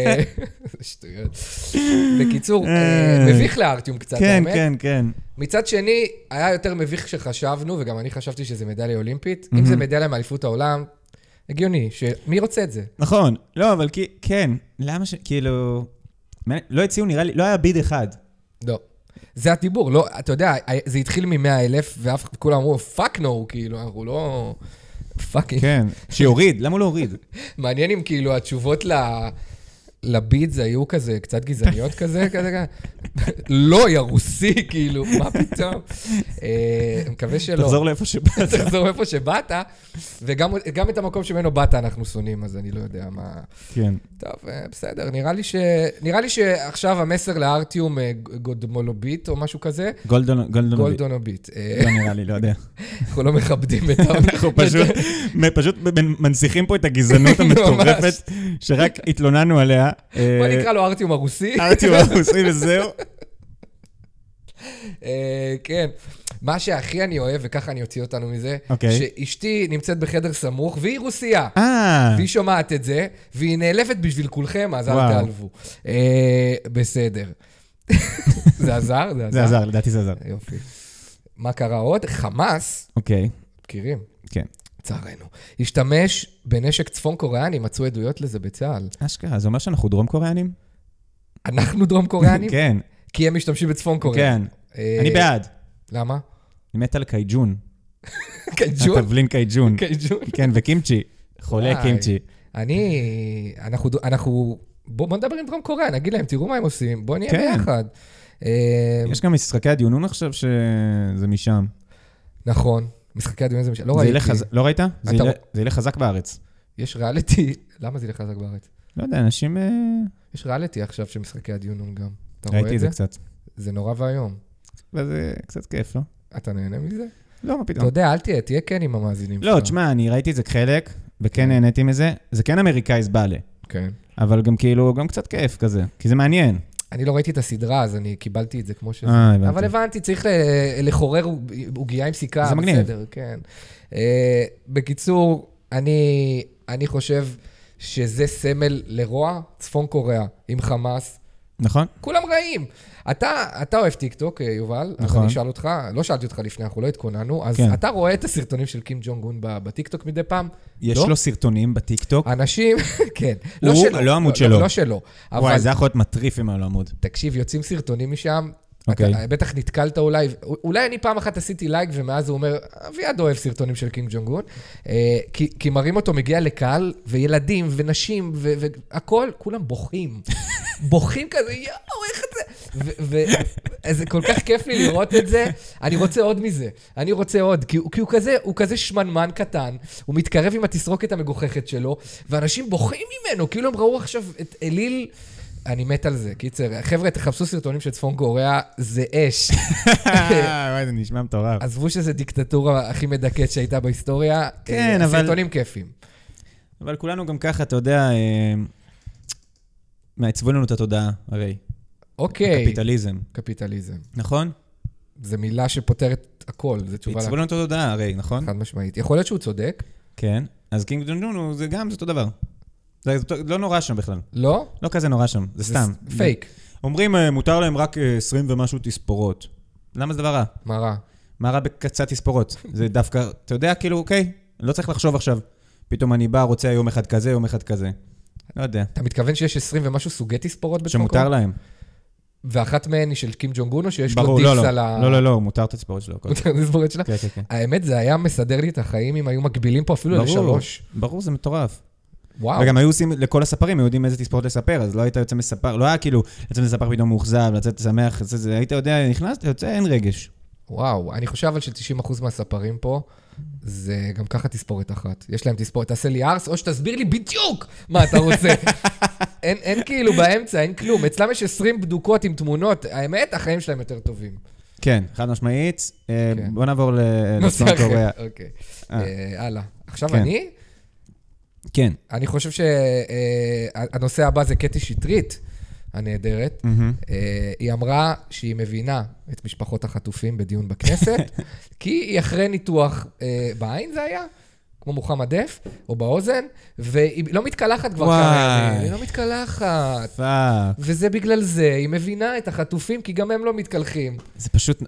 שטויות. בקיצור, מביך לארטיום קצת, האמת. כן. מצד שני, היה יותר מביך שחשבנו, וגם אני חשבתי שזה מדליה אולימפית. אם זה מדליה מאליפות העולם, הגיוני, שמי רוצה את זה? נכון. לא, אבל כן. למה כאילו... לא הציעו, נראה לי, לא היה ביד אחד. לא. זה הדיבור, לא, אתה יודע, זה התחיל מ100,000, וכולם אמרו, פאק נו, כאילו, אנחנו לא... פאקינג. כן, שיוריד, למה לא הוריד? מעניין אם כאילו התשובות לביט זה היו כזה, קצת גזעניות כזה, לא, יא רוסי, כאילו, מה פתאום? מקווה שלא. תחזור לאיפה שבאת. תחזור לאיפה שבאת, וגם את המקום שמנו באת אנחנו שונאים, אז אני לא יודע מה... כן. טוב, בסדר, נראה לי שעכשיו המסר לארטיום גולדמולוביט או משהו כזה. גולדונוביט. לא נראה לי, לא יודע. אנחנו לא מכבדים את אנחנו פשוט מנציחים פה את הגזענות המטורפת, שרק התלוננו עליה. בוא נקרא לו ארטיום הרוסי. ארטיום הרוסי וזהו. כן. מה שהכי אני אוהב, וככה אני אוציא אותנו מזה, שאשתי נמצאת בחדר סמוך, והיא רוסיה. והיא שומעת את זה, והיא נעלבת בשביל כולכם, אז אל תעלבו. בסדר. זה עזר? זה עזר, לדעתי זה עזר. יופי. מה קרה עוד? חמאס. אוקיי. מכירים? כן. צערנו. השתמש בנשק צפון קוריאני, מצאו עדויות לזה בצה"ל. אשכרה, זה אומר שאנחנו דרום קוריאנים? אנחנו דרום קוריאנים? כן. כי הם משתמשים בצפון קוריאה. כן. אני בעד. למה? אני מת על קייג'ון. קייג'ון? התבלין קייג'ון. קייג'ון? כן, וקימצ'י. חולה קימצ'י. בוא נדבר עם דרום קוריאה, נגיד להם, תראו מה הם עושים, בוא נהיה ביחד. יש גם משחקי הדיונון עכשיו שזה משם. נכון, משחקי הדיונון זה משם. לא ראיתי. לא ראית? זה ילך חזק בארץ. יש ריאליטי, למה זה ילך חזק בארץ? לא יודע, אנשים... יש ריאליטי עכשיו של משחקי הדיונון גם. אתה רואה את זה? ראיתי את זה קצת. זה נורא והיום. וזה קצת כיף, לא? אתה נהנה מזה? לא, מה פתאום. אתה יודע, אל תהיה כן עם המאזינים שלך. לא, תשמע, אני ראיתי את זה חלק, וכן נהניתי מזה. זה כן אמריקאי זבאלה. כן. אבל גם כאילו, גם קצת כיף כזה, כי זה מעניין. אני לא ראיתי את הסדרה, אז אני קיבלתי את זה כמו שזה. אבל הבנתי, צריך לחורר עוגיה עם סיכה. זה מגניב. בסדר, כן. בקיצור, אני חושב שזה סמל לרוע, צפון קוריאה, עם חמאס. נכון. כולם רעים. אתה אוהב טיקטוק, יובל, נכון. אז אני אשאל אותך, לא שאלתי אותך לפני, אנחנו לא התכוננו, אז כן. אתה רואה את הסרטונים של קים ג'ונג און בטיקטוק מדי פעם? יש לא? לו סרטונים בטיקטוק? אנשים, כן. לא שלו. לא עמוד שלו. לא שלו. וואי, זה יכול להיות מטריף עם העמוד. תקשיב, יוצאים סרטונים משם, אתה בטח נתקלת אולי אני פעם אחת עשיתי לייק, ומאז הוא אומר, אביעד אוהב סרטונים של קים ג'ונג און, כי מראים אותו מגיע לקהל, וילדים ונשים, והכל, כולם בוכים. בוכים כזה, יאו, איך את זה? וזה כל כך כיף לי לראות את זה, אני רוצה עוד מזה. אני רוצה עוד, כי הוא כזה שמנמן קטן, הוא מתקרב עם התסרוקת המגוחכת שלו, ואנשים בוכים ממנו, כאילו הם ראו עכשיו את אליל... אני מת על זה, קיצר. חבר'ה, תחפשו סרטונים של צפון קוריאה, זה אש. וואי, זה נשמע מטורף. עזבו שזה דיקטטורה הכי מדכאת שהייתה בהיסטוריה. כן, אבל... סרטונים כיפים. אבל כולנו גם ככה, אתה יודע, מעצבו לנו את התודעה, הרי. אוקיי. קפיטליזם. קפיטליזם. נכון? זו מילה שפותרת הכל, זו תשובה... מעצבו לנו את התודעה, הרי, נכון? חד משמעית. יכול להיות שהוא צודק. כן. אז קינג ג'ונג און זה גם, זה אותו דבר. זה לא נורא שם בכלל. לא? לא כזה נורא שם, זה סתם. פייק. אומרים, מותר להם רק 20 ומשהו תספורות. למה זה דבר רע? מה רע? מה רע בקצת תספורות? זה דווקא, אתה יודע, כאילו, אוקיי, לא צריך לחשוב עכשיו. פתאום אני בא, רוצה יום אחד כזה, יום אחד כזה. לא יודע. אתה מתכוון שיש 20 ומשהו סוגי תספורות בצפון קוריאה? שמותר להם. ואחת מהן היא של קים ג'ונג און, או שיש לו דיפס על ה... לא, מותר את התספורת שלו. מותר את התספורת שלו? כן. האמת, זה היה מסדר לי את החיים אם היו מקבילים פה אפילו לשלוש. ברור, זה מטורף. וואו. וגם היו עושים לכל הספרים, היו יודעים איזה תספורת לספר, אז לא היית יוצא מספר, לא היה כאילו, יוצא מספר פתאום מאוכזב, לצאת שמח, היית יודע, נכנס, יוצא, אין רגש. וואו, אני חושב אבל ש90% מהספרים פה, זה גם ככה תספורת אחת. יש להם תספורת, תעשה לי ארס, או שתסביר לי בדיוק מה אתה רוצה. אין כאילו באמצע, אין כלום. אצלם יש 20 בדוקות עם תמונות, האמת, החיים שלהם יותר טובים. כן, חד משמעית. בוא נעבור לצפון קוריאה. אוקיי. הלאה. עכשיו אני? כן. אני חושב שהנושא הבא זה קטי שטרית, הנהדרת. היא אמרה שהיא מבינה את משפחות החטופים בדיון בכנסת, כי היא אחרי ניתוח בעין זה היה, כמו מוחמד דף, או באוזן, והיא לא מתקלחת כבר כמה ימים. היא לא מתקלחת. פאק. וזה בגלל זה, היא מבינה את החטופים, כי גם הם לא מתקלחים. זה פשוט...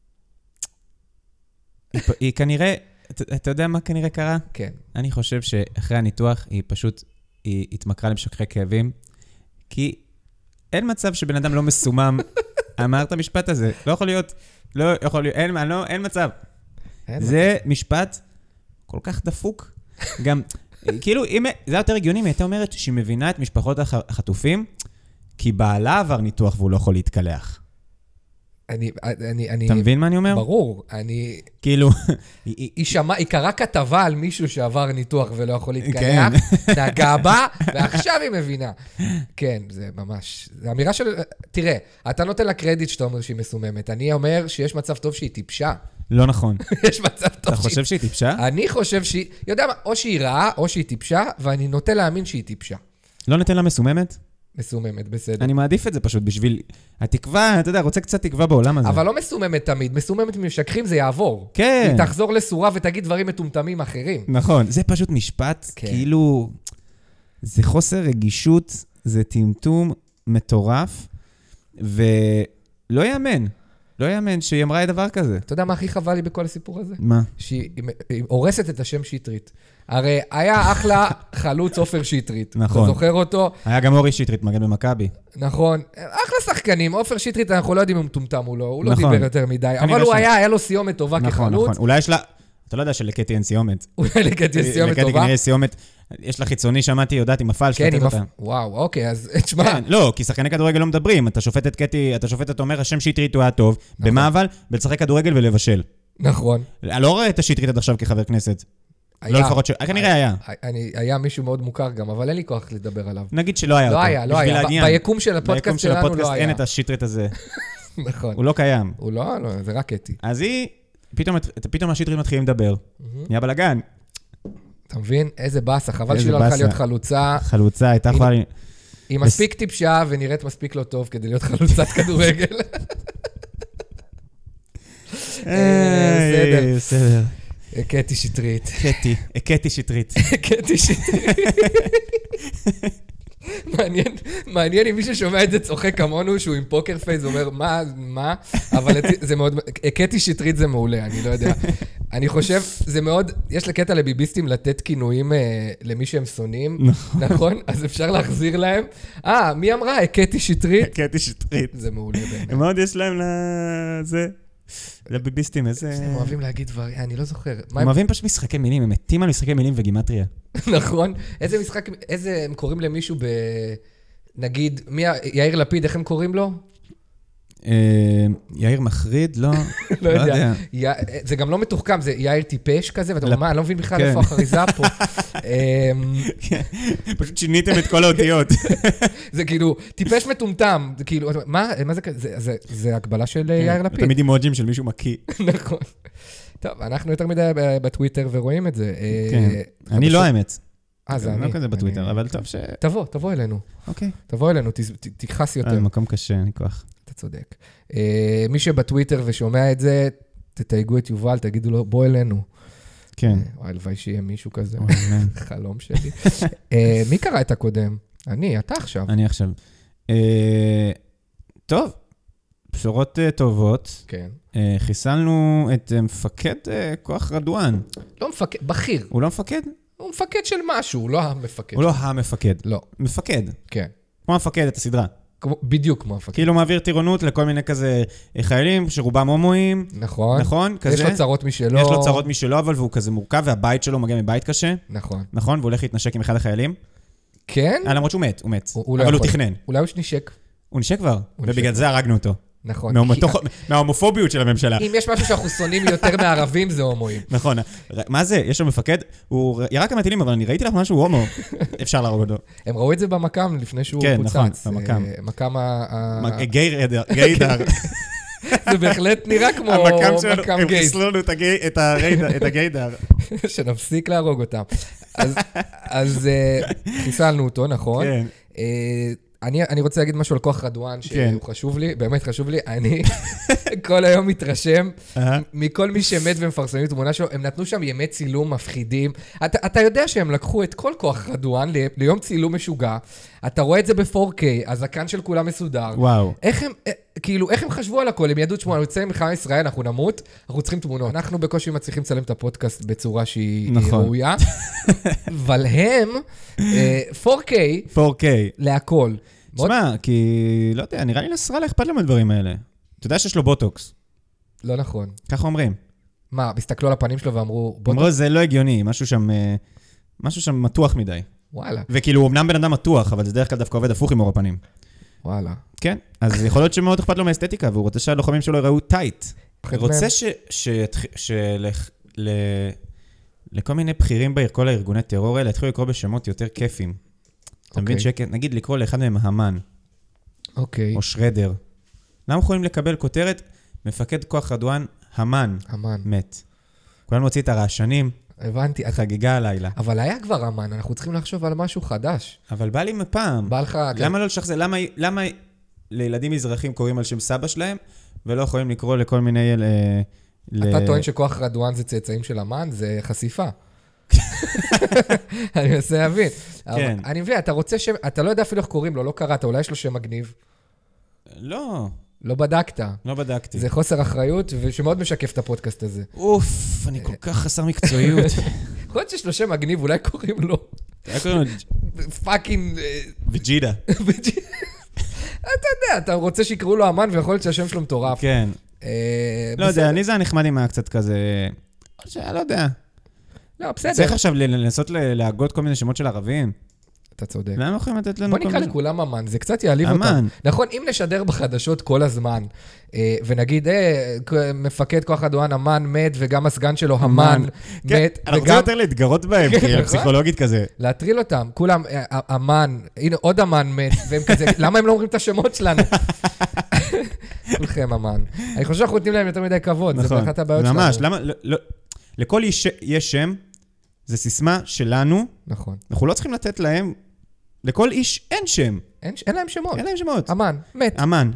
היא כנראה... אתה יודע מה כנראה קרה? כן. אני חושב שאחרי הניתוח היא פשוט, היא התמכרה למשככי כאבים, כי אין מצב שבן אדם לא מסומם אמרת המשפט הזה. לא יכול להיות, אין מצב. זה משפט כל כך דפוק. גם, כאילו, זה יותר הגיוני, אם הייתה אומרת שהיא מבינה את משפחות החטופים, כי בעלה עבר ניתוח והוא לא יכול להתקלח. אתה מבין מה אני אומר? ברור, כאילו... היא קראה כתבה על מישהו שעבר ניתוח ולא יכול להתקלח, נגע בה, ועכשיו היא מבינה. כן, זה ממש... זה אמירה של... תראה, אתה נותן לה קרדיט שאתה אומר שהיא מסוממת. אני אומר שיש מצב טוב שהיא טיפשה. לא נכון. יש מצב טוב אתה חושב שהיא טיפשה? אני חושב שהיא... יודע מה, או שהיא רעה, או שהיא טיפשה, ואני נוטה להאמין שהיא טיפשה. לא נותן לה מסוממת? מסוממת, בסדר. אני מעדיף את זה פשוט בשביל... התקווה, אתה יודע, רוצה קצת תקווה בעולם הזה. אבל לא מסוממת תמיד. מסוממת משקרים, זה יעבור. כן. היא תחזור לסורה ותגיד דברים מטומטמים אחרים. נכון. זה פשוט משפט, כאילו... זה חוסר רגישות, זה טמטום מטורף, ולא יאמן. לא יאמן שהיא אמרה את דבר כזה. אתה יודע מה הכי חבל לי בכל הסיפור הזה? מה? שהיא הורסת את השם שטרית. הרי היה אחלה חלוץ עופר שטרית. נכון. אתה זוכר אותו? היה גם אורי שטרית, מגן במכבי. נכון. אחלה שחקנים. עופר שטרית, אנחנו לא יודעים אם הוא מטומטם או לא. הוא לא דיבר יותר מדי. אבל הוא היה לו סיומת טובה כחלוץ. נכון. אולי יש לה... אתה לא יודע שלקטי אין סיומת. אולי לקטי יש סיומת טובה. לקטי כנראה סיומת. יש לה חיצוני, שמעתי, יודעת, עם הפעל שתתת אותה. וואו, אוקיי, אז תשמע. לא, כי שחקני כדורגל לא מדברים. אתה שופט את קטי, אתה שופט את אומר, השם שטרית הוא היה טוב. במה אבל? בלשחק כדורגל ולבשל. נכון. אני לא רואה את השטרית עד עכשיו כחבר כנסת. לא לפחות כנראה היה. היה מישהו מאוד מוכר גם, אבל אין לי כוח לדבר עליו. נגיד שלא היה אותו. לא היה. ביקום של הפודקאסט שלנו לא היה. אין את השטרית הזה. נכון. הוא לא קיים. הוא לא, זה רק קטי. אז היא, פתאום השטרית מתחילים לדבר. נהיה בלגן. אתה מבין? איזה באסה, חבל שהיא לא הלכה להיות חלוצה. חלוצה, הייתה יכולה... היא מספיק טיפשה ונראית מספיק לא טוב כדי להיות חלוצת כדורגל. בסדר. קטי שטרית. קטי שטרית. קטי שטרית. מעניין אם מי ששומע את זה צוחק כמונו, שהוא עם פוקר פייס, אומר, מה? אבל זה מאוד... קטי שטרית זה מעולה, אני לא יודע. אני חושב, זה מאוד... יש לקטע לביביסטים לתת כינויים למי שהם שונאים, נכון? אז אפשר להחזיר להם. מי אמרה? קטי שטרית? קטי שטרית. זה מעולה באמת. מאוד יש להם לזה... לביביסטים, איזה... הם אוהבים להגיד דברים, אני לא זוכר. הם אוהבים פשוט משחקי מילים, הם מתים על משחקי מילים וגימטריה. נכון. איזה משחק, הם קוראים למישהו נגיד, יאיר לפיד, איך הם קוראים לו? יאיר מחריד, לא? לא יודע. זה גם לא מתוחכם, זה יאיר טיפש כזה, ואתה אומר, מה, אני לא מבין בכלל איפה החריזה פה. פשוט שיניתם את כל האותיות. זה כאילו, טיפש מטומטם, זה כאילו, מה זה כזה? זה הגבלה של יאיר לפיד. תמיד אימוג'ים של מישהו מקיא. נכון. טוב, אנחנו יותר מדי בטוויטר ורואים את זה. אני לא האמת. זה אני. לא כזה בטוויטר, אבל טוב ש... תבוא אלינו. אוקיי. תבוא אלינו, תכעס יותר. מקום קשה, אין לי כוח. אתה צודק. מי שבטוויטר ושומע את זה, תתייגו את יובל, תגידו לו, בוא אלינו. כן. הלוואי שיהיה מישהו כזה. חלום שלי. מי קרא את הקודם? אתה עכשיו. אני עכשיו. טוב, בשורות טובות. כן. חיסלנו את מפקד כוח רדואן. לא מפקד, בכיר. הוא לא מפקד? הוא מפקד של משהו, הוא לא המפקד. הוא לא המפקד. לא. מפקד. כן. כמו המפקד את הסדרה. בדיוק כמו המפקד. כאילו מעביר טירונות לכל מיני כזה חיילים שרובם הומואים. נכון. נכון? כזה. יש לו צרות משלו. יש לו צרות משלו, אבל והוא כזה מורכב, והבית שלו מגיע מבית קשה. נכון. נכון? והוא הולך להתנשק עם אחד החיילים. כן? למרות שהוא מת, הוא מת. אבל הוא תכנן. אולי הוא נשק. הוא נשק כבר, ובגלל זה הרגנו אותו. נכון. מההומופוביות של הממשלה. אם יש משהו שאנחנו שונאים יותר מערבים, זה הומואים. נכון. מה זה? יש לו מפקד, הוא ירק כמה טילים, אבל אני ראיתי לך משהו הומו. אפשר להרוג אותו. הם ראו את זה במקם לפני שהוא פוצץ. כן, נכון, במקם. מקם גיידר. זה בהחלט נראה כמו המקם שלנו, מקם הם גייז. חיסלו לנו את הגיידר. שנפסיק להרוג אותם. אז חיסלנו אותו, נכון? כן. אני רוצה להגיד משהו על כוח רדואן, שהוא חשוב לי, באמת חשוב לי. אני כל היום מתרשם מכל מי שמת ומפרסמים תמונה שלו, הם נתנו שם ימי צילום מפחידים. אתה יודע שהם לקחו את כל כוח רדואן ליום צילום משוגע, אתה רואה את זה ב-4K, הזקן של כולם מסודר. וואו. איך הם חשבו על הכל? הם ידעו, תשמעו, אנחנו יוצאים מלחמה ישראל, אנחנו נמות, אנחנו צריכים תמונות. אנחנו בקושי מצליחים לצלם את הפודקאסט בצורה שהיא ראויה, אבל הם 4K להכל. תשמע, כי, לא יודע, נראה לי נסראללה אכפת לו מהדברים האלה. אתה יודע שיש לו בוטוקס. לא נכון. ככה אומרים. מה, הסתכלו על הפנים שלו ואמרו, בוטוקס? אמרו, זה לא הגיוני, משהו שם מתוח מדי. וואלה. וכאילו, אמנם בן אדם מתוח, אבל זה דרך כלל דווקא עובד הפוך עם אור הפנים. וואלה. כן, אז יכול להיות שמאוד אכפת לו מהאסתטיקה, והוא רוצה שהלוחמים שלו יראו טייט. הוא רוצה לכל מיני בכירים כל הארגוני טרור האלה, התחילו לקרוא בשמות יותר כיפים. אתה מבין נגיד לקרוא לאחד מהם המן. אוקיי. או שרדר. למה יכולים לקבל כותרת? מפקד כוח רדואן, המן. מת. כולנו מוציא את הרעשנים. הבנתי. חגיגה הלילה. אבל היה כבר המן, אנחנו צריכים לחשוב על משהו חדש. אבל בא לי מפעם. בא לך... למה לא לשחזר? למה לילדים מזרחים קוראים על שם סבא שלהם, ולא יכולים לקרוא לכל מיני... אתה טוען שכוח רדואן זה צאצאים של המן? זה חשיפה. אני מנסה להבין. כן. אני מבין, אתה רוצה שם... אתה לא יודע אפילו איך קוראים לו, לא קראת, אולי יש לו שם מגניב. לא. לא בדקת. לא בדקתי. זה חוסר אחריות, ושמאוד משקף את הפודקאסט הזה. אוף, אני כל כך חסר מקצועיות. יכול להיות שיש לו שם מגניב, אולי קוראים לו... פאקינג... וג'ידה. אתה יודע, אתה רוצה שיקראו לו אמן, ויכול להיות שהשם שלו מטורף. כן. לא יודע, אני זה הנחמד עם קצת כזה... לא יודע. לא, בסדר. צריך עכשיו לנסות להגות כל מיני שמות של ערבים. אתה צודק. למה יכולים לתת לנו... בוא נקרא לכולם אמן, זה קצת יעליב אותם. נכון, אם נשדר בחדשות כל הזמן, ונגיד, מפקד כוח רדואן אמן מת, וגם הסגן שלו המן מת. אנחנו רוצים יותר להתגרות בהם, כאילו, פסיכולוגית כזה. להטריל אותם, כולם, אמן, הנה עוד אמן מת, והם כזה, למה הם לא אומרים את השמות שלנו? כולכם אמן. אני חושב שאנחנו נותנים להם יותר מדי כבוד, זה באחת הבעיות שלנו. ממש, למה, לכל יש שם, זה סיסמה שלנו. נכון. אנחנו לא צריכים לתת להם, לכל איש אין שם. אין להם שמות. אין להם שמות. אמן, מת. אמן.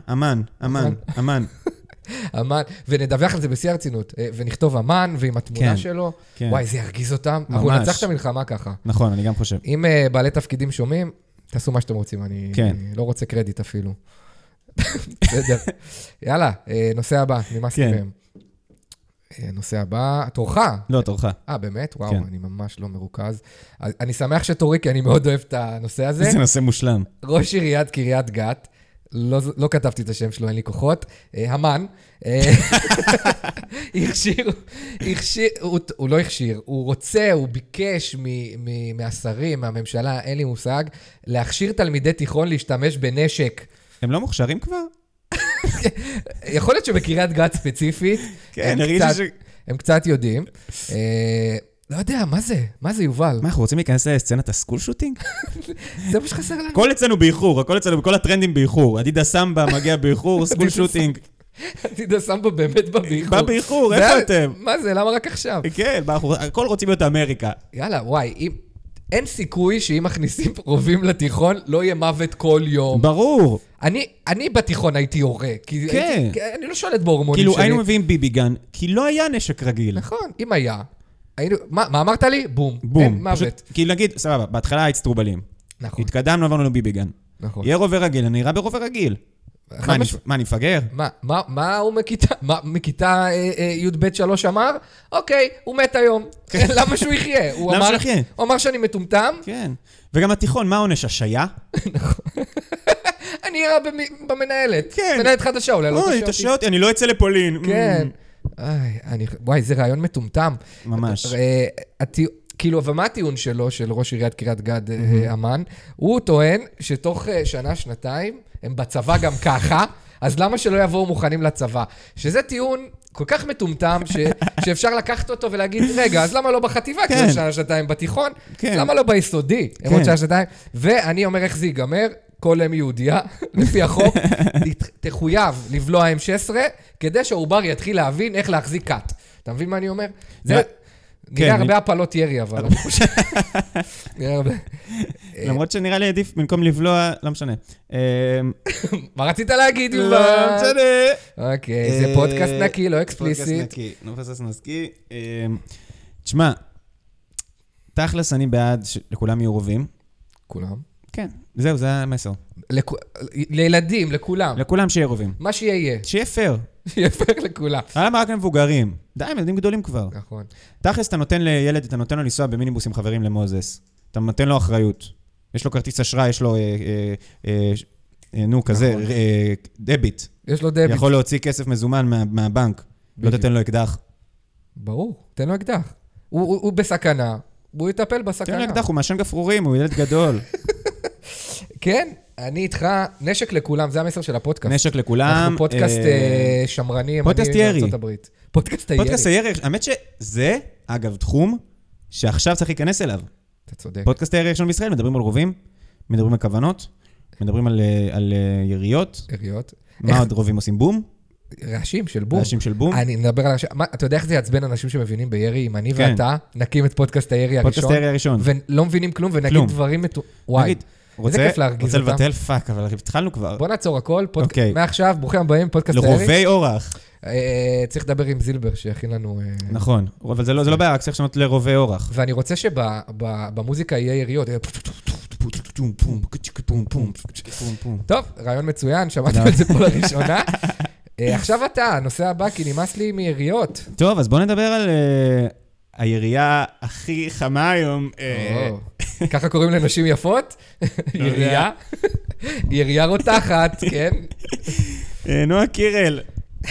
אמן, ונדווח על זה בשיא הרצינות, ונכתוב אמן, ועם התמונה שלו, וואי, זה ירגיז אותם. אנחנו נצח את המלחמה ככה. נכון, אני גם חושב. אם בעלי תפקידים שומעים, תעשו מה שאתם רוצים, אני לא רוצה קרדיט אפילו. בסדר. יאללה, נושא הבא, נמאס לי מהם. נושא הבא, תורך. לא, תורך. באמת? וואו, אני ממש לא מרוכז. אני שמח שתורי, כי אני מאוד אוהב את הנושא הזה. זה נושא מושלם. ראש עיריית קריית גת, לא כתבתי את השם שלו, אין לי כוחות, המן, הוא לא הכשיר, הוא רוצה, הוא ביקש מהשרים, מהממשלה, אין לי מושג, להכשיר תלמידי תיכון להשתמש בנשק. הם לא מוכשרים כבר? יכול להיות שבקריית גת ספציפית, הם קצת יודעים. לא יודע, מה זה? מה זה, יובל? מה, אנחנו רוצים להיכנס לסצנת הסקול שוטינג? זה מה שחסר לנו. הכל אצלנו באיחור, כל הטרנדים באיחור. עדידה סמבה מגיע באיחור, סקול שוטינג. עדידה סמבה באמת באיחור. בא באיחור, איפה אתם? מה זה? למה רק עכשיו? כן, הכל רוצים להיות אמריקה. יאללה, וואי, אין סיכוי שאם מכניסים רובים לתיכון, לא יהיה מוות כל יום. ברור. אני בתיכון הייתי יורה, כי אני לא שולט בהורמונים שלי. כאילו היינו מביאים ביביגן, כי לא היה נשק רגיל. נכון, אם היה. מה אמרת לי? בום. בום. מוות. כאילו נגיד, סבבה, בהתחלה היית סטרובלים. נכון. התקדמנו, עברנו לביביגן. נכון. יהיה רובה רגיל, אני אראה ברובה רגיל. מה, אני מפגר? מה הוא מכיתה י"ב 3 אמר? אוקיי, הוא מת היום. למה שהוא יחיה? הוא אמר שאני מטומטם. כן. וגם התיכון, מה עונש? השעיה? נכון. אני אראה במנהלת. מנהלת חדשה, אולי לא תשע אותי. אני לא אצא לפולין. כן. וואי, זה רעיון מטומטם. ממש. כאילו, ומה הטיעון שלו, של ראש עיריית קריית גת אמן? הוא טוען שתוך שנה, שנתיים, הם בצבא גם ככה, אז למה שלא יבואו מוכנים לצבא? שזה טיעון כל כך מטומטם, שאפשר לקחת אותו ולהגיד, רגע, אז למה לא בחטיבה? כי עוד שנה, שנתיים בתיכון? למה לא ביסודי? הם עוד שנה, שנתיים. ואני אומר איך זה ייגמר, כל אם יהודיה, לפי החוק, תחויב לבלוע M16, כדי שהעובר יתחיל להבין איך להחזיק קאט. אתה מבין מה אני אומר? זה... נראה הרבה הפלות ירי, אבל אני חושב... נראה הרבה... למרות שנראה לי עדיף במקום לבלוע, לא משנה. מה רצית להגיד, יובל? לא משנה. אוקיי, זה פודקאסט נקי, לא אקספליסיט. פודקאסט נקי, לא פודקאסט נקי. תשמע, תכלס אני בעד לכולם יהיו רובים. כולם? כן, זהו, זה המסר. לילדים, לכולם. לכולם שיהיה רובים. מה שיהיה. שיהיה פייר. שיהיה פייר לכולם. למה רק למבוגרים? די, הם ילדים גדולים כבר. נכון. תכלס, אתה נותן לילד, אתה נותן לו לנסוע במיניבוס עם חברים למוזס. אתה נותן לו אחריות. יש לו כרטיס אשראי, יש לו כזה, דביט. יש לו דביט. יכול להוציא כסף מזומן מהבנק. לא תתן לו אקדח. ברור, תן לו אקדח. הוא בסכנה, הוא יטפל בסכנה. תן לו אקדח, הוא מעשן גפרורים, הוא ילד גדול. כן, אני איתך, נשק לכולם, זה המסר של הפודקאסט. נשק לכולם. אנחנו פודקאסט שמרני, פודקאסט ירי. פודקאסט הירי. פודקאסט הירי, האמת שזה, אגב, תחום שעכשיו צריך להיכנס אליו. אתה צודק. פודקאסט הירי ראשון בישראל, מדברים על רובים, מדברים על כוונות, מדברים על יריות. יריות. מה עוד רובים עושים? בום? רעשים של בום. רעשים של בום. אני מדבר על רעשים. אתה יודע איך זה יעצבן אנשים שמבינים בירי, אם אני ואתה נקים את פודקאסט הירי הראשון. פודקאסט הירי הראשון. ולא מבינים כלום ונגיד דברים וואי. איזה כיף להרגיז אותם. רוצה לבטל פאק, אבל התחלנו כבר. בוא נעצור הכל. מעכשיו, ברוכים הבאים, פודקאסט הירי. לרובי אורח. צריך לדבר עם זילבר, שיכין לנו... נכון, אבל זה לא בעיה, רק צריך לשנות לרובי אורח. ואני רוצה שבמוזיקה יהיה יריות. טוב, רעיון מצוין, שמעתם את זה פה לראשונה. עכשיו אתה, הנושא הבא, כי נמאס לי מיריות. טוב, אז בוא נדבר על הירייה הכי חמה היום. ככה קוראים לנשים יפות? ירייה? ירייה רותחת, כן? נועה קירל.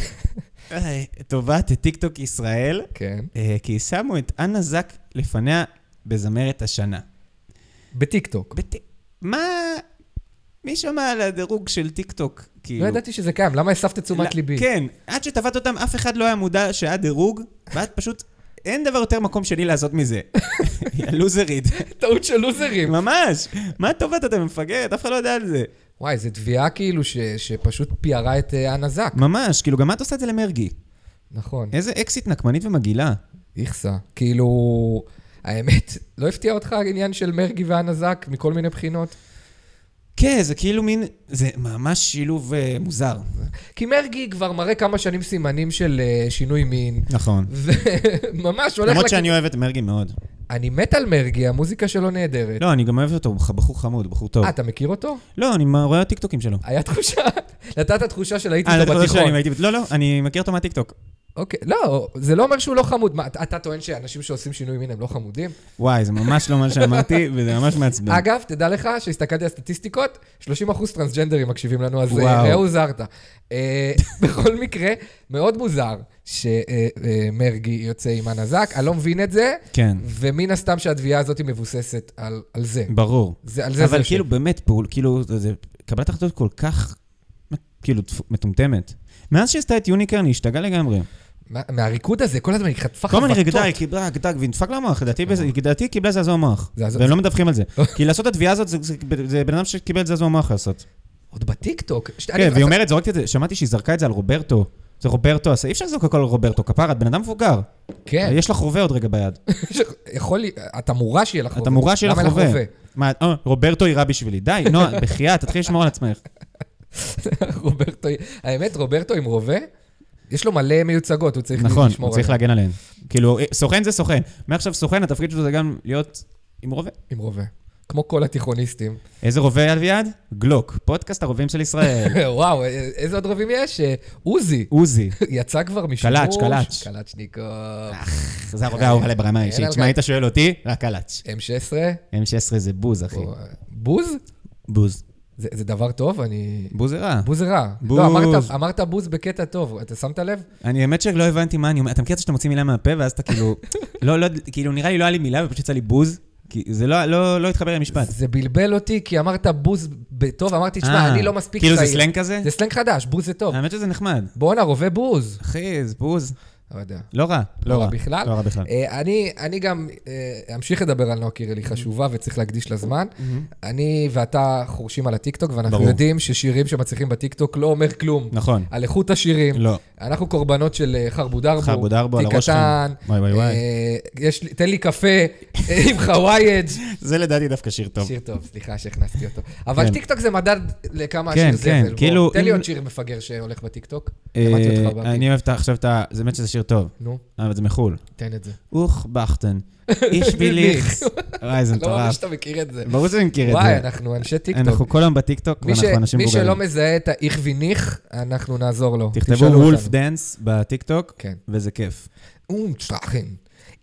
טובת טיקטוק ישראל. כן. כי שמו את אנה זק לפניה בזמרת השנה. בטיקטוק. מה... מי שמע על הדירוג של טיקטוק? לא ידעתי שזה קיים, למה אספת תשומת ליבי? כן, עד שטבעת אותם, אף אחד לא היה מודע שהיה דירוג, ואת פשוט, אין דבר יותר מקום שני לעשות מזה. לוזרית. טעות של לוזרים. ממש. מה טובת אתה מפגרת? אף אחד לא יודע על זה. וואי, זו תביעה כאילו שפשוט פיארה את אנה זק. ממש, כאילו גם את עושה את זה למרגי. נכון. איזה אקסיט נקמנית ומגילה. איכסה. כאילו, האמת, לא הפתיע אותך העניין של מרגי ואנה זק מכל מיני בחינות? כן, זה כאילו מין, זה ממש שילוב מוזר. כי מרגי כבר מראה כמה שנים סימנים של שינוי מין. נכון. וממש הולך... למרות שאני אוהב את מרגי מאוד. אני מת על מרגי, המוזיקה שלו נהדרת. לא, אני גם אוהב אותו, בחור חמוד, בחור טוב. אתה מכיר אותו? לא, אני רואה טיקטוקים שלו. היה תחושה, נתת תחושה של הייתי איתו בתיכון. לא, אני מכיר אותו מהטיקטוק. אוקיי, לא, זה לא אומר שהוא לא חמוד. מה, אתה טוען שאנשים שעושים שינוי מין הם לא חמודים? וואי, זה ממש לא מה שאמרתי, וזה ממש מעצבן. אגב, תדע לך שהסתכלתי על סטטיסטיקות, 30% טרנסג'נדרים מקשיבים לנו, אז ראו זרת. בכל מקרה, מאוד מוזר שמרגי יוצא עם אנה זק, אני לא מבין את זה, כן. ומן הסתם שהתביעה הזאת מבוססת על זה. ברור. אבל כאילו באמת, כאילו, קבלת החלטות כל כך, כאילו, מטומטמת. מאז שעשתה את יוניקרן, היא השתגעה לגמרי. מהריקוד הזה, כל הזמן היא חטפה חבטות. כל הזמן היא קיבלה גדג, ונדפק למוח, לדעתי קיבלה זעזוע מוח. והם לא מדווחים על זה. כי לעשות את התביעה הזאת, זה בן אדם שקיבל את זעזוע מוח לעשות. עוד בטיקטוק. כן, והיא אומרת, זורקתי את זה, שמעתי שהיא זרקה את זה על רוברטו. זה רוברטו, אי אפשר לזרוק הכל על רוברטו, כפרה, את בן אדם מבוגר. כן. יש לך רובה עוד רגע ביד. יכול לי, אתה מורה שיהיה לך רובה. אתה מורה שיהיה לך רובה. מה, רוברטו יירה בשבילי. די, נועה, בחייה, תתחיל לשמור על עצמך. האמת, רוברטו עם רובה, יש לו מלא מיוצגות, הוא צריך לשמור עליהן. נכון, הוא צריך להגן עליהן. כאילו, סוכן זה סוכן. מעכשיו סוכן, התפקיד שלו זה גם להיות עם רובה. עם רובה. כמו כל התיכוניסטים. איזה רובה על ויד? גלוק. פודקאסט הרובים של ישראל. וואו, איזה עוד רובים יש? עוזי. עוזי. יצא כבר משימוש. קלאץ'. קלאצ'ניקוב. זה הרובה האהוב עליי ברמה האישית. שמע, היית שואל אותי? רק קלאץ'. M16? M16 זה בוז, אחי. בוז? בוז. זה דבר טוב, אני... בוז זה רע. בוז זה רע. לא, אמרת בוז בקטע טוב, אתה שמת לב? אני האמת שלא הבנתי מה אני אומר. אתה מכיר את שאתה מוציא מילה מהפה, ואז אתה כאילו... לא, כאילו נראה לי לא היה לי מילה, ופשוט יצא לי בוז, כי זה לא התחבר למשפט. זה בלבל אותי, כי אמרת בוז בטוב, אמרתי, תשמע, אני לא מספיק צעיר. כאילו זה סלנג כזה? זה סלנג חדש, בוז זה טוב. האמת שזה נחמד. בוא נרובה בוז. אחי, זה בוז. לא יודע. לא רע. לא רע בכלל. לא רע בכלל. אני גם אמשיך לדבר על נועה קירל, היא חשובה וצריך להקדיש לזמן. אני ואתה חורשים על הטיקטוק, ואנחנו יודעים ששירים שמצליחים בטיקטוק לא אומר כלום. נכון. על איכות השירים. לא. אנחנו קורבנות של חרבו דרבו. חרבו דרבו, על הראש שלנו. וואי, וואי. תן לי קפה עם חווייג'. זה לדעתי דווקא שיר טוב. שיר טוב, סליחה שהכנסתי אותו. אבל טיקטוק זה מדד לכמה השיר זבל. תן לי עוד שיר מפגר שהולך בטיקטוק. אני אוהב עכשיו את ה... זה באמת שזה שיר טוב. נו. אבל זה מחול. תן את זה. אוך בכתן. איש ביליך. וואי, זה מטורף. לא ממש שאתה מכיר את זה. ברור שאני מכיר את זה. וואי, אנחנו אנשי טיקטוק. אנחנו כל היום בטיקטוק, ואנחנו אנשים מי בוגרים. שלא מזהה את האיך ויניך, אנחנו נעזור לו. תכתבו וולף דנס בטיקטוק, וזה כיף. צרחן.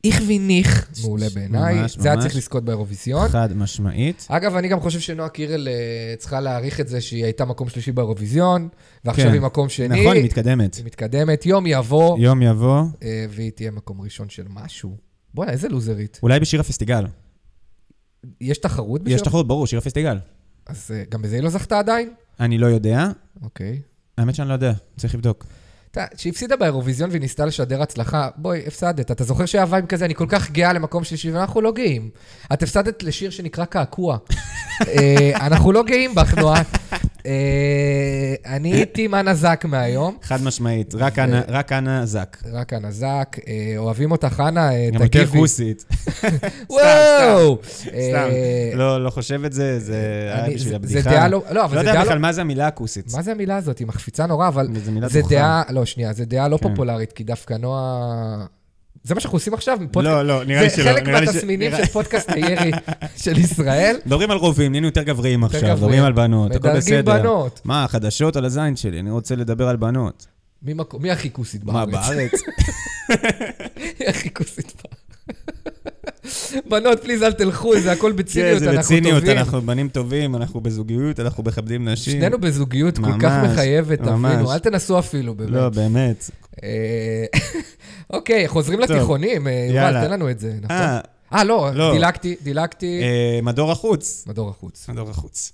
איך ויניך, מעולה בעיניי, זה היה צריך לזכות באירוויזיון. חד משמעית. אגב, אני גם חושב שנועה קירל צריכה להעריך את זה שהיא הייתה מקום שלישי באירוויזיון, ועכשיו היא מקום שני. נכון, היא מתקדמת. היא מתקדמת, יום יבוא. יום יבוא. והיא תהיה מקום ראשון של משהו. בוא'נה, איזה לוזרית. אולי בשיר הפסטיגל. יש תחרות בשיר? יש תחרות, ברור, שיר הפסטיגל. אז גם בזה היא לא זכתה עדיין? אני לא יודע. אוקיי. האמת שאני לא יודע, צריך לבדוק. שהפסידה באירוויזיון וניסתה לשדר הצלחה, בואי, הפסדת. אתה זוכר שהיה וייב כזה, אני כל כך גאה למקום שלישי, ואנחנו לא גאים. את הפסדת לשיר שנקרא קעקוע. אנחנו לא גאים בך, נועה. אני הייתי מנה זק מהיום. חד משמעית, רק אנה זק. רק אנה זק. אוהבים אותך, אנה, תגיבי. גם יותר כוסית. וואו! סתם, לא חושב את זה, זה היה בשביל הבדיחה. זה דעה לא... לא יודע בכלל מה זה המילה הכוסית. מה זה המילה הזאת? היא מחפיצה נורא, אבל... זה דעה... לא, שנייה, זה דעה לא פופולרית, כי דווקא נועה... זה מה שאנחנו עושים עכשיו? לא, נראה לי שלא. זה חלק מהתסמינים של פודקאסט הירי של ישראל. מדברים על רובים, נהיינו יותר גברים עכשיו, מדברים על בנות, הכל בסדר. מדרגים בנות. מה, חדשות על הזין שלי? אני רוצה לדבר על בנות. מי הכי כוסית בארץ? מה, בארץ? מי הכי כוסית בארץ? בנות, פליז, אל תלכו, זה הכל בציניות, אנחנו טובים. זה בציניות, אנחנו בנים טובים, אנחנו בזוגיות, אנחנו מכבדים נשים. שנינו בזוגיות כל כך מחייבת, אפילו, אל תנסו אפילו, באמת. לא, באמת. אוקיי, חוזרים לתיכונים, יובל, תן לנו את זה, נכון? לא, דילגתי. מדור החוץ. מדור החוץ. מדור החוץ.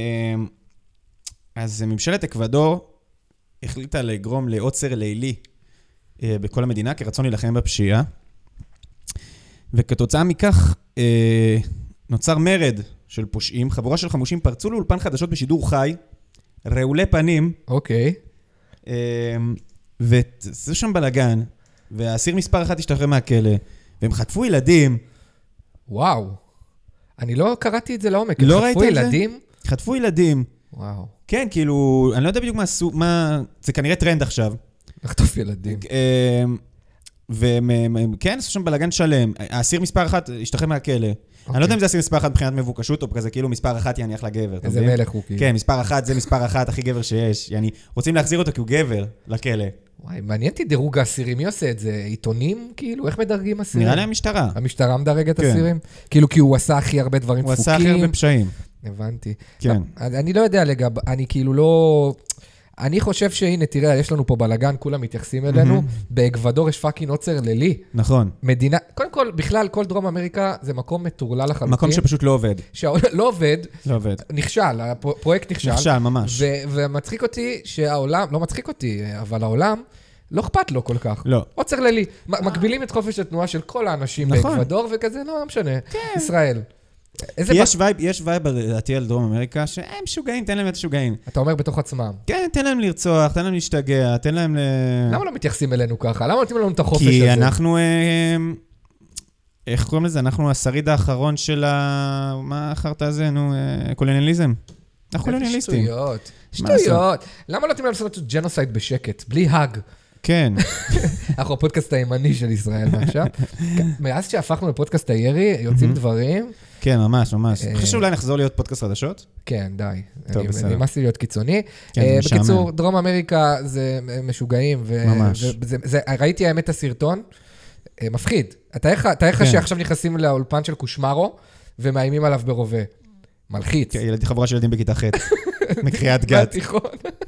אז ממשלת אקוודור החליטה לגרום לעוצר לילי בכל המדינה, כרצון להילחם בפשיעה. וכתוצאה מכך נוצר מרד של פושעים, חבורה של חמושים פרצו לאולפן חדשות בשידור חי, רעולי פנים. אוקיי. וזה שם בלגן, והאסיר מספר 1 השתחרר מהכלא, והם חטפו ילדים. וואו. אני לא קראתי את זה לעומק. לא ראיתי את זה? חטפו ילדים? חטפו ילדים. וואו. כן, כאילו, אני לא יודע בדיוק מה... זה כנראה טרנד עכשיו. לחטוף ילדים. והם, כן, עשו שם בלגן שלם. האסיר מספר 1 השתחרר מהכלא. אני לא יודע אם זה אסיר מספר 1 מבחינת מבוקשות, או כזה כאילו מספר 1 יניח לגבר. איזה מלך הוא כאילו. כן, מספר 1 זה מספר 1 הכי גבר שיש. רוצים להחזיר אותו כי הוא גבר לכלא. וואי, מעניין אותי דירוג האסירים, מי עושה את זה? עיתונים? כאילו, איך מדרגים אסירים? נראה לי המשטרה. המשטרה מדרגת אסירים? כאילו, כי הוא עשה הכי הרבה דברים דפוקים. הוא עשה הכי הרבה פשעים. הבנתי. כן. אני לא יודע אני כאילו לא... אני חושב שהנה, תראה, יש לנו פה בלגן, כולם מתייחסים אלינו, באקוודור יש פאקינג עוצר לילי. נכון. מדינה, קודם כל, בכלל, כל דרום אמריקה זה מקום מטורלל לחלוטין. מקום שפשוט לא עובד. לא עובד. לא עובד. נכשל, הפרויקט נכשל. נכשל, ממש. ומצחיק אותי שהעולם, לא מצחיק אותי, אבל העולם, לא אכפת לו כל כך. לא. עוצר לילי. מגבילים את חופש התנועה של כל האנשים באקוודור, וכזה, לא משנה. ישראל. יש וייב לדעתי על דרום אמריקה, שהם משוגעים, תן להם את השוגעים. אתה אומר בתוך עצמם. כן, תן להם לרצוח, תן להם להשתגע, תן להם למה לא מתייחסים אלינו ככה? למה נותנים לנו את החופש הזה? כי אנחנו, איך קוראים לזה? אנחנו השריד האחרון של מה אחרת הזה? נו, קולוניאליזם. אנחנו קולוניאליסטים. שטויות. למה לא נותנים לנו לעשות ג'נוסייד בשקט? בלי האג. כן. אנחנו הפודקאסט הימני של ישראל מעכשיו. מאז שהפכנו לפודקאסט הירי, יוצאים דברים. כן, ממש, ממש. חושב שאולי נחזור להיות פודקאסט חדשות? כן, די. טוב, בסדר. נמאס לי להיות קיצוני. כן, בקיצור, דרום אמריקה זה משוגעים. ממש. ראיתי האמת הסרטון, מפחיד. אתה איך שעכשיו נכנסים לאולפן של קושמרו, ומאיימים עליו ברובה. מלחיץ. כן, חבורה של ילדים בכיתה ח' מקריאת גת. מהתיכון.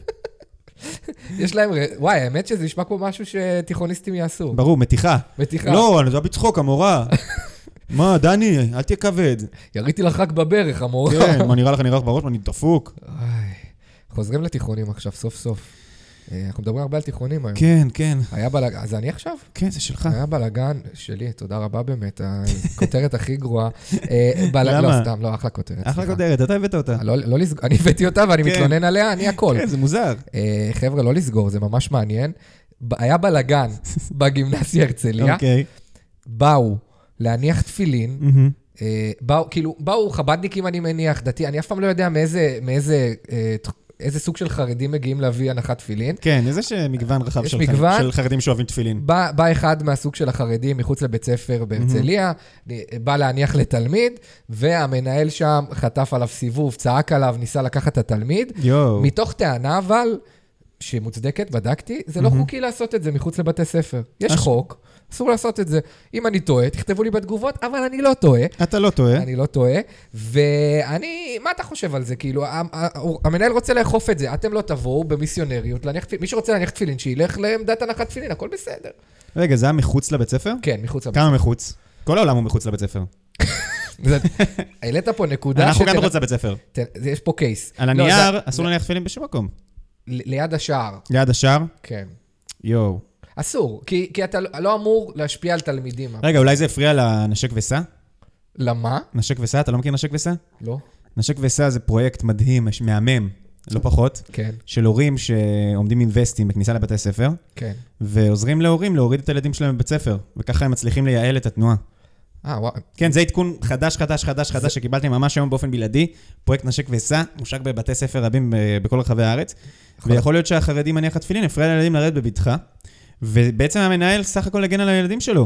יש להם, וואי, האמת שזה נשמע כמו משהו שתיכוניסטים יעשו. ברור, מתיחה. מתיחה. לא, אני לא בצחוק, המורה. מה, דני, אל תהיה כבד. יריתי לך רק בברך, המורה. כן, מה נראה לך, נראה לך בראש, אני דפוק. חוזרים לתיכונים עכשיו, סוף סוף. אנחנו מדברים הרבה על תיכונים היום. כן, כן. היה בלגן, אז אני עכשיו? כן, זה שלך. היה בלגן שלי, תודה רבה באמת, הכותרת הכי גרועה. למה? לא, סתם, לא, אחלה כותרת. אחלה כותרת, אתה הבאת אותה. אני הבאתי אותה ואני מתלונן עליה, אני הכל. כן, זה מוזר. חבר'ה, לא לסגור, זה ממש מעניין. היה בלגן בגימנסיה הרצליה. באו להניח תפילין, באו חבדניקים אני מניח, דתי, אני אף פעם לא יודע מאיזה סוג של חרדים מגיעים להביא הנחת תפילין. כן, איזה מגוון רחב של חרדים שאוהבים תפילין. בא אחד מהסוג של החרדים מחוץ לבית ספר בהרצליה, בא להניח לתלמיד, והמנהל שם חטף עליו סיבוב, צעק עליו, ניסה לקחת את התלמיד. מתוך טענה אבל, שמוצדקת, בדקתי, זה לא חוקי לעשות את זה מחוץ לבתי ספר. יש חוק, אסור לעשות את זה. אם אני טועה, תכתבו לי בתגובות, אבל אני לא טועה. אתה לא טועה. אני לא טועה. מה אתה חושב על זה? כאילו, המנהל רוצה לאכוף את זה. אתם לא תבואו במיסיונריות. מי שרוצה להניח תפילין, שילך לעמדת הנחת תפילין, הכל בסדר. רגע, זה היה מחוץ לבית ספר? כן, מחוץ לבית ספר. כמה מחוץ? כל העולם הוא מחוץ לבית ספר. העלית פה נקודה... אנחנו גם מחוץ לבית ספר. יש פה קייס. על הנייר, אסור להניח תפילין בשום מקום. ליד השער. ליד השער? כן. יואו. אסור, כי אתה לא אמור להשפיע על תלמידים. רגע, אולי זה הפריע לנשק וסע? למה? נשק וסע, אתה לא מכיר נשק וסע? לא. נשק וסע זה פרויקט מדהים, מהמם, לא פחות, כן. של הורים שעומדים עם וסטים בכניסה לבתי ספר, כן. ועוזרים להורים להוריד את הילדים שלהם בבית ספר, וככה הם מצליחים לייעל את התנועה. וואו. כן, זה עדכון חדש שקיבלתי ממש היום באופן בלעדי, פרויקט נשק וסע, מושק בבתי ספר רבים בכל רחבי הארץ, ויכול להיות שהחרדים מניח התפילין, הפריע לילדים לרדת בבטחה, ובעצם המנהל סך הכל הגן על הילדים שלו,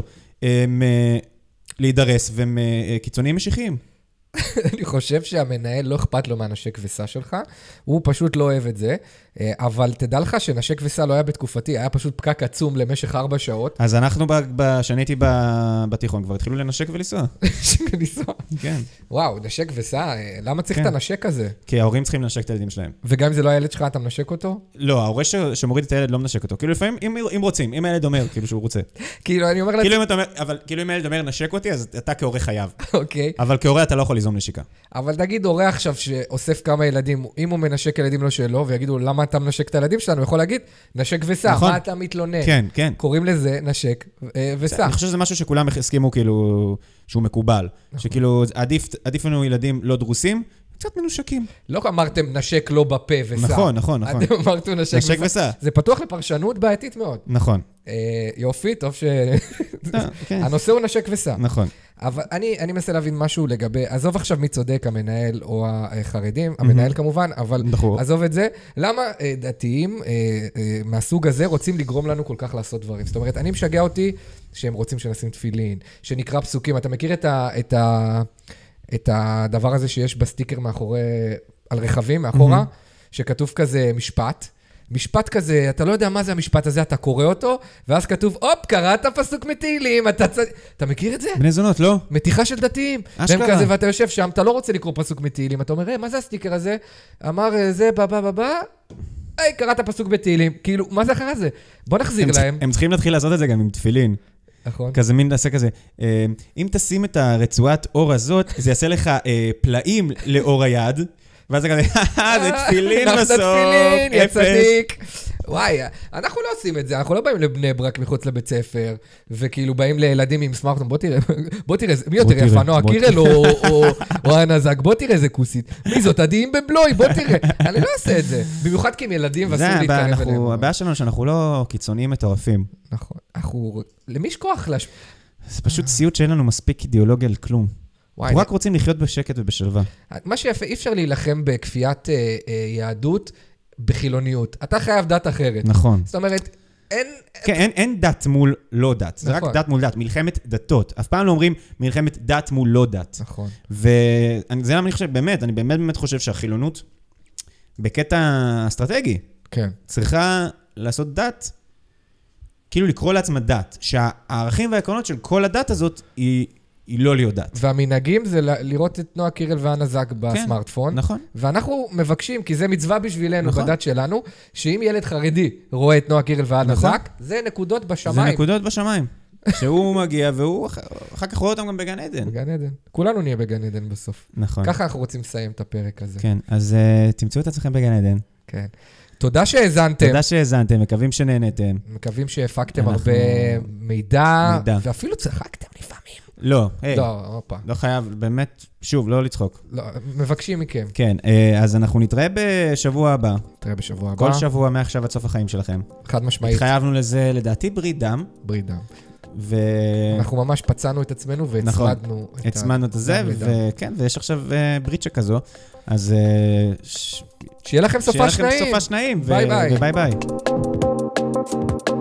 להידרס, והם קיצוניים משיחיים. אני חושב שהמנהל לא אכפת לו מהנשק וסע שלך, הוא פשוט לא אוהב את זה, אבל תדע לך שנשק וסע לא היה בתקופתי, היה פשוט פקק עצום למשך 4 שעות. אז אנחנו, כשאני הייתי בתיכון, כבר התחילו לנשק ולנסוע. לנסוע. כן. וואו, נשק וסע, למה צריך את הנשק הזה? כי ההורים צריכים לנשק את הילדים שלהם. וגם אם זה לא הילד שלך, אתה מנשק אותו? לא, ההורה שמוריד את הילד לא מנשק אותו. כאילו לפעמים, אם רוצים, אם הילד אומר, כאילו שהוא רוצה. כאילו אני אומר כאילו אם הילד אומר נשק אותי, אז אתה כהורה חייב. אוקיי. אבל כהורה אתה לא יכול ליזום נשיקה. אבל תגיד, הורה עכשיו שאוסף כמה ילדים, אם הוא מנשק ילדים לא שלו, ויגידו, למה אתה מנשק את הילדים שלנו? הוא יכול להגיד, נשק וסע, נכון. מה אתה מתלונן? כן, כן. קוראים לזה נשק וסע. אני חושב שזה משהו שכולם הסכימו כאילו, שהוא מקובל. שכאילו, עדיף לנו ילדים לא דרוסים, קצת מנושקים. לא אמרתם נשק לא בפה וסע. נכון, נכון, נכון. אתם אמרתם נשק וסע. זה פתוח לפרשנות בעייתית מאוד. נכון. יופי, טוב הנושא הוא נשק וסע. נכון. אבל אני מנסה להבין משהו לגבי, עזוב עכשיו מי צודק, המנהל או החרדים, המנהל כמובן, אבל עזוב את זה. למה דתיים מהסוג הזה רוצים לגרום לנו כל כך לעשות דברים? זאת אומרת, אני משגע אותי שהם רוצים שנשים תפילין, שנקרא פסוקים. אתה מכיר את הדבר הזה שיש בסטיקר מאחורי, על רכבים מאחורה, שכתוב כזה משפט כזה, אתה לא יודע מה זה המשפט הזה, אתה קורא אותו, ואז כתוב, הופ, קראת פסוק מתהילים, אתה מכיר את זה? בני זונות, לא? מתיחה של דתיים. והם כזה, ואתה יושב שם, אתה לא רוצה לקרוא פסוק מתהילים, אתה אומר, מה זה הסטיקר הזה? אמר, זה, קראת פסוק בתהילים. כאילו, מה זה אחרי זה? בוא נחזיר להם. הם צריכים להתחיל לעשות את זה גם עם תפילין. נכון. כזה מין נעשה כזה, אם תשים את הרצועת אור הזאת, זה יעשה לך פלאים לאור היד, ואז זה כזה, זה תפילין בסוף, תפילין, יא צדיק. וואי, אנחנו לא עושים את זה, אנחנו לא באים לבני ברק מחוץ לבית ספר, וכאילו באים לילדים עם סמארטפון, בוא תראה, מי יותר יפה, נועה קירל או הנזק, בוא תראה איזה כוסית. מי זאת, עדיים בבלוי, בוא תראה. אני לא עושה את זה, במיוחד כי הם ילדים ואסור להתקרב אליהם. הבעיה שלנו שאנחנו לא קיצוניים מטורפים. נכון, למי יש כוח זה פשוט סיוט שאין לנו מספיק אידיאולוגיה על כלום. אנחנו רק רוצים לחיות בשקט ובשלווה. מה שיפה, אי אפשר להילחם בכפיית יהדות בחילוניות. אתה חייב דת אחרת. נכון. זאת אומרת, אין דת מול לא דת. זה רק דת מול דת. מלחמת דתות. אף פעם לא אומרים מלחמת דת מול לא דת. נכון. וזה למה אני חושב, באמת, אני באמת חושב שהחילונות, בקטע אסטרטגי, צריכה לעשות דת, כאילו לקרוא לעצמה דת, שהערכים והעקרונות של כל הדת הזאת היא לא להיות דת. והמנהגים זה לראות את נועה קירל והנזק בסמארטפון. נכון. ואנחנו מבקשים, כי זה מצווה בשבילנו בדת שלנו, שאם ילד חרדי רואה את נועה קירל והנזק, זה נקודות בשמיים. זה נקודות בשמיים. שהוא מגיע והוא אחר כך רואה אותם גם בגן עדן. בגן עדן. כולנו נהיה בגן עדן בסוף. נכון. ככה אנחנו רוצים לסיים את הפרק הזה. כן, אז תמצאו את עצמכם בגן עדן. כן. תודה שהאזנתם. תודה שהאזנתם, מקווים שנהנתם. מקווים שהפקתם הרבה מידע, ואפילו צחקתם לפעמים. לא, לא חייב, באמת, שוב, לא לצחוק. מבקשים מכם. כן, אז אנחנו נתראה בשבוע הבא. נתראה בשבוע הבא. כל שבוע מעכשיו עד סוף החיים שלכם. חד משמעית. התחייבנו לזה, לדעתי, ברית דם. ברית דם. אנחנו ממש פצענו את עצמנו והצמדנו את זה, וכן, ויש עכשיו ברית שכזו, אז שיהיה לכם סופה שניים. ביי ביי.